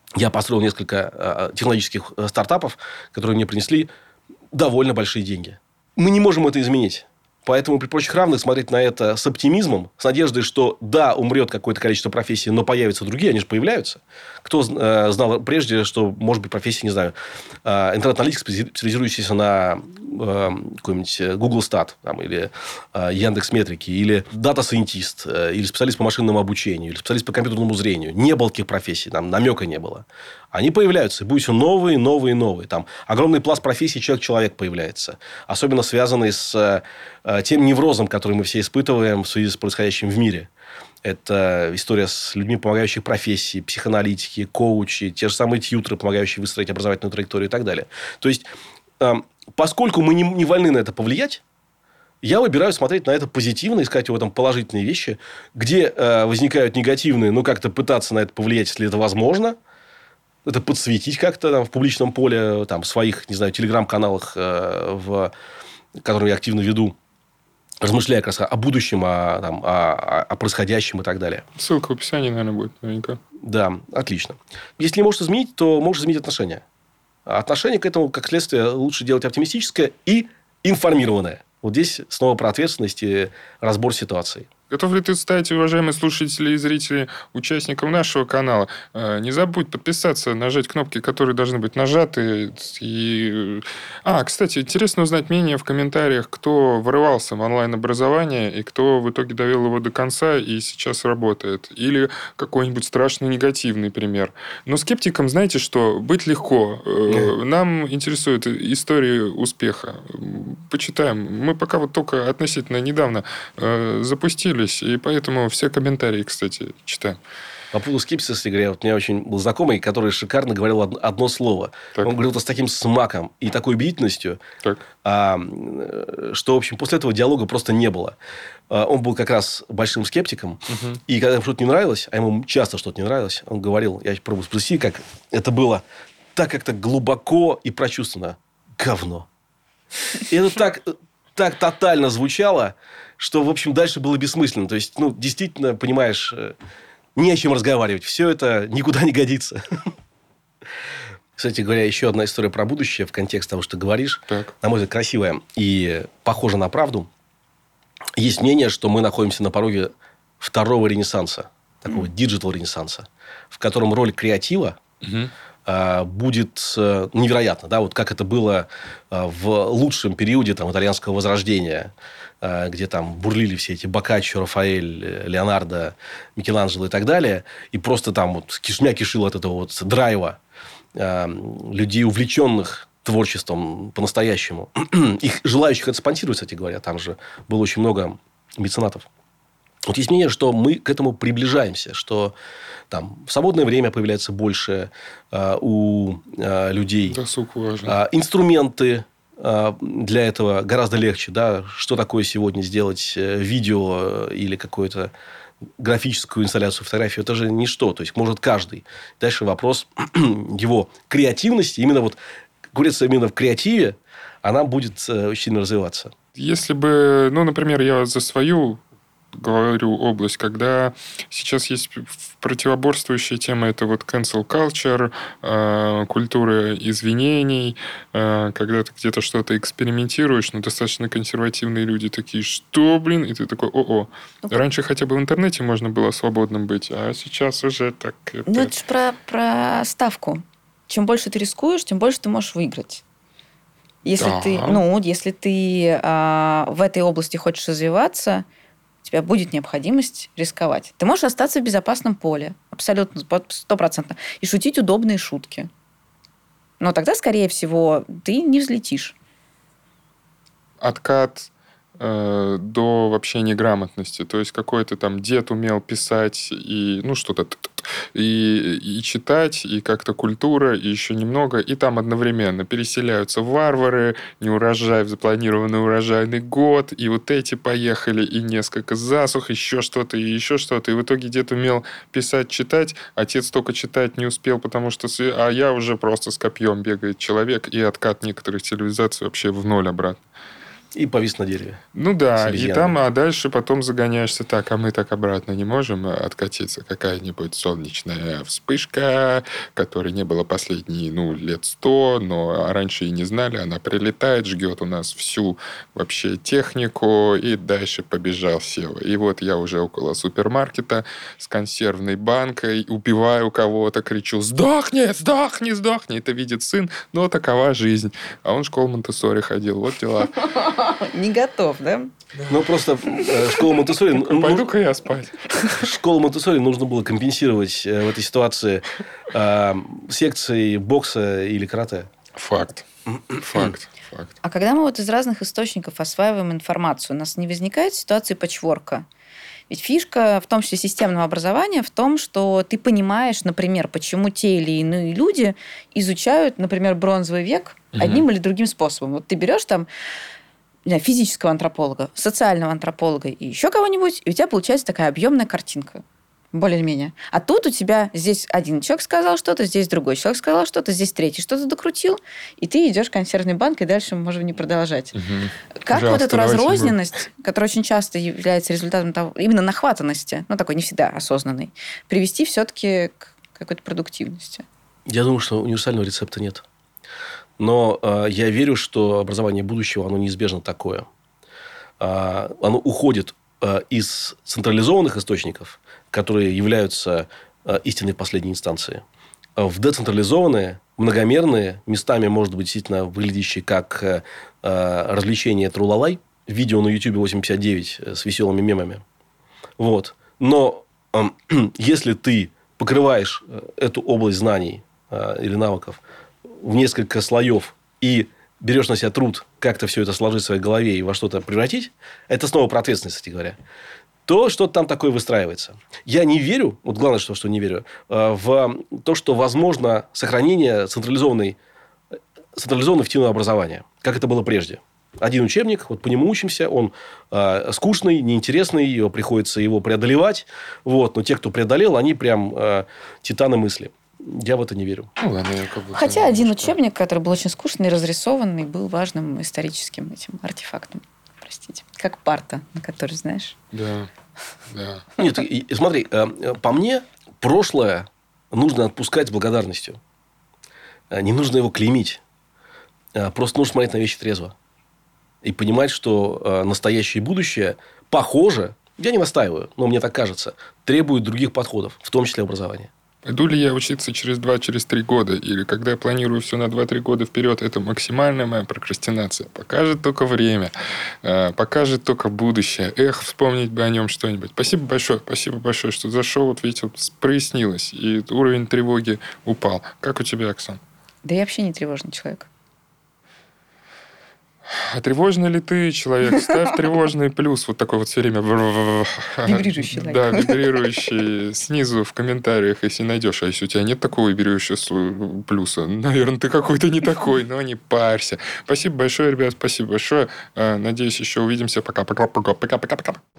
Я построил несколько технологических стартапов, которые мне принесли довольно большие деньги. Мы не можем это изменить. Поэтому при прочих равных смотреть на это с оптимизмом, с надеждой, что да, умрет какое-то количество профессий, но появятся другие, они же появляются. Кто э, знал прежде, что может быть профессия, не знаю, э, интернет-аналитик, специализирующийся на э, какой-нибудь Google Stat там, или э, Яндекс.Метрики, или дата-сайентист, э, или специалист по машинному обучению, или специалист по компьютерному зрению. Не было таких профессий, там намека не было. Они появляются, и будут все новые, новые, новые. Там огромный пласт профессий человек-человек появляется. Особенно связанный с э, тем неврозом, который мы все испытываем в связи с происходящим в мире. Это история с людьми, помогающих профессии, психоаналитики, коучи, те же самые тьютеры, помогающие выстроить образовательную траекторию и так далее. То есть, э, поскольку мы не, не вольны на это повлиять, я выбираю смотреть на это позитивно, искать в этом положительные вещи, где э, возникают негативные, ну, как-то пытаться на это повлиять, если это возможно. Это подсветить как-то там, в публичном поле, там, в своих, не знаю, телеграм-каналах, э, в, которые я активно веду, размышляя как раз о будущем, о, там, о, о происходящем и так далее. Ссылка в описании, наверное, будет наверняка. Да, отлично. Если не можешь изменить, то можешь изменить отношение. А отношение к этому, как следствие, лучше делать оптимистическое и информированное. Вот здесь снова про ответственность и разбор ситуации. Готов ли ты стать, уважаемые слушатели и зрители, участником нашего канала? Не забудь подписаться, нажать кнопки, которые должны быть нажаты. И... А, кстати, интересно узнать мнение в комментариях, кто врывался в онлайн-образование и кто в итоге довел его до конца и сейчас работает. Или какой-нибудь страшный негативный пример. Но скептикам, знаете что, быть легко. Yeah. Нам интересует история успеха. Почитаем. Мы пока вот только относительно недавно запустили. И поэтому все комментарии, кстати, читаем. По поводу скепсиса, если говоря, вот у меня очень был знакомый, который шикарно говорил одно слово. Так. Он говорил это с таким смаком и такой убедительностью, так. а, что, в общем, после этого диалога просто не было. Он был как раз большим скептиком. Угу. И когда ему что-то не нравилось, а ему часто что-то не нравилось, он говорил, я пробую спросить, как это было, так как-то глубоко и прочувственно. Говно. И это так... так тотально звучало, что, в общем, дальше было бессмысленно. То есть, ну, действительно, понимаешь, не о чем разговаривать. Все это никуда не годится. Кстати говоря, еще одна история про будущее в контексте того, что ты говоришь. Так. На мой взгляд, красивая и похожа на правду. Есть мнение, что мы находимся на пороге второго ренессанса. Такого mm. диджитал-ренессанса. В котором роль креатива mm-hmm. будет невероятно, да, вот как это было в лучшем периоде там, итальянского возрождения, где там бурлили все эти Боккаччо, Рафаэль, Леонардо, Микеланджело и так далее, и просто там вот кишмя кишил от этого вот драйва людей, увлеченных творчеством по-настоящему. Их желающих это спонсировать, кстати говоря, там же было очень много меценатов. Вот есть мнение, что мы к этому приближаемся, что там в свободное время появляется больше э, у э, людей. Досуг важен. Э, инструменты э, для этого гораздо легче. Да? Что такое сегодня сделать видео или какую-то графическую инсталляцию фотографии? Это же ничто. То есть, может каждый. Дальше вопрос его креативности. Именно вот, говорится, именно в креативе она будет э, очень сильно развиваться. Если бы, ну, например, я за свою... говорю, область, когда сейчас есть противоборствующая тема, это вот cancel culture, э, культура извинений, э, когда ты где-то что-то экспериментируешь, но достаточно консервативные люди такие, что, блин? И ты такой, о-о. Ну, раньше хотя бы в интернете можно было свободным быть, а сейчас уже так... Это... Ну, это же про, про ставку. Чем больше ты рискуешь, тем больше ты можешь выиграть. Если да. ты, ну, если ты э, в этой области хочешь развиваться, у тебя будет необходимость рисковать. Ты можешь остаться в безопасном поле, абсолютно, стопроцентно, и шутить удобные шутки. Но тогда, скорее всего, ты не взлетишь. Откат э, до вообще неграмотности. То есть, какой-то там дед умел писать и, ну, что-то... И, и читать, и как-то культура, и еще немного. И там одновременно переселяются варвары, неурожай в запланированный урожайный год, и вот эти поехали, и несколько засух, еще что-то, и еще что-то. И в итоге дед умел писать, читать, отец только читать не успел, потому что... А я уже просто с копьем бегает человек, и откат некоторых цивилизаций вообще в ноль обратно. И повис на дереве. Ну да, и там, а дальше потом загоняешься так, а мы так обратно не можем откатиться. Какая-нибудь солнечная вспышка, которой не было последние, ну, лет сто, но раньше и не знали, она прилетает, жгет у нас всю вообще технику, и дальше побежал Сева. И вот я уже около супермаркета с консервной банкой, убиваю кого-то, кричу: «Сдохни, сдохни, сдохни!» Это видит сын, но такова жизнь. А он в школу Монтессори ходил, вот дела. Не готов, да? Ну, просто э, школу Монтессори... Пойду-ка я спать. Школу Монтессори нужно было компенсировать э, в этой ситуации э, секцией бокса или карате. Факт. Факт. Факт. А когда мы вот из разных источников осваиваем информацию, у нас не возникает ситуации патчворка? Ведь фишка, в том числе системного образования, в том, что ты понимаешь, например, почему те или иные люди изучают, например, бронзовый век одним угу. или другим способом. Вот ты берешь там не знаю, физического антрополога, социального антрополога и еще кого-нибудь, и у тебя получается такая объемная картинка. Более-менее. А тут у тебя здесь один человек сказал что-то, здесь другой человек сказал что-то, здесь третий что-то докрутил, и ты идешь в консервный банк, и дальше мы можем не продолжать. Угу. Как Пожалуйста, вот эту разрозненность, мы... которая очень часто является результатом того, именно нахватанности, ну, такой не всегда осознанной, привести все-таки к какой-то продуктивности? Я думаю, что универсального рецепта нет. Но э, я верю, что образование будущего, оно неизбежно такое. Э, оно уходит э, из централизованных источников, которые являются э, истинной последней инстанцией, в децентрализованные, многомерные, местами, может быть, действительно выглядящие как э, развлечение трулалай, видео на ютубе восемь пятьдесят девять с веселыми мемами. Вот. Но э, если ты покрываешь эту область знаний э, или навыков в несколько слоев и берешь на себя труд как-то все это сложить в своей голове и во что-то превратить, это снова про ответственность, кстати говоря, то что-то там такое выстраивается. Я не верю, вот главное, что, что не верю, в то, что возможно сохранение централизованной, централизованного эффективного образования, как это было прежде. Один учебник, вот по нему учимся, он э, скучный, неинтересный, его приходится его преодолевать, вот, но те, кто преодолел, они прям э, титаны мысли. Я в это не верю. Ну, ладно, я как будто Хотя один немножко... учебник, который был очень скучный, разрисованный, был важным историческим этим артефактом. Простите. Как парта, на которой, знаешь. Да, да. Нет, и, и, смотри, э, по мне, прошлое нужно отпускать с благодарностью. Не нужно его клеймить. Просто нужно смотреть на вещи трезво. И понимать, что э, настоящее и будущее, похоже, я не настаиваю, но мне так кажется, требует других подходов, в том числе образования. Пойду ли я учиться через два-через три года? Или когда я планирую все на два-три года вперед, это максимальная моя прокрастинация? Покажет только время. Покажет только будущее. Эх, вспомнить бы о нем что-нибудь. Спасибо большое. Спасибо большое, что зашел. Вот видите, вот прояснилось. И уровень тревоги упал. Как у тебя, Оксан? Да я вообще не тревожный человек. А тревожный ли ты человек? Ставь тревожный плюс. Вот такой вот все время... Вибрирующий лайк. Да, вибрирующий снизу в комментариях, если найдешь. А если у тебя нет такого вибрирующего плюса, наверное, ты какой-то не такой, но не парься. Спасибо большое, ребят, спасибо большое. Надеюсь, еще увидимся. Пока-пока-пока. Пока-пока-пока.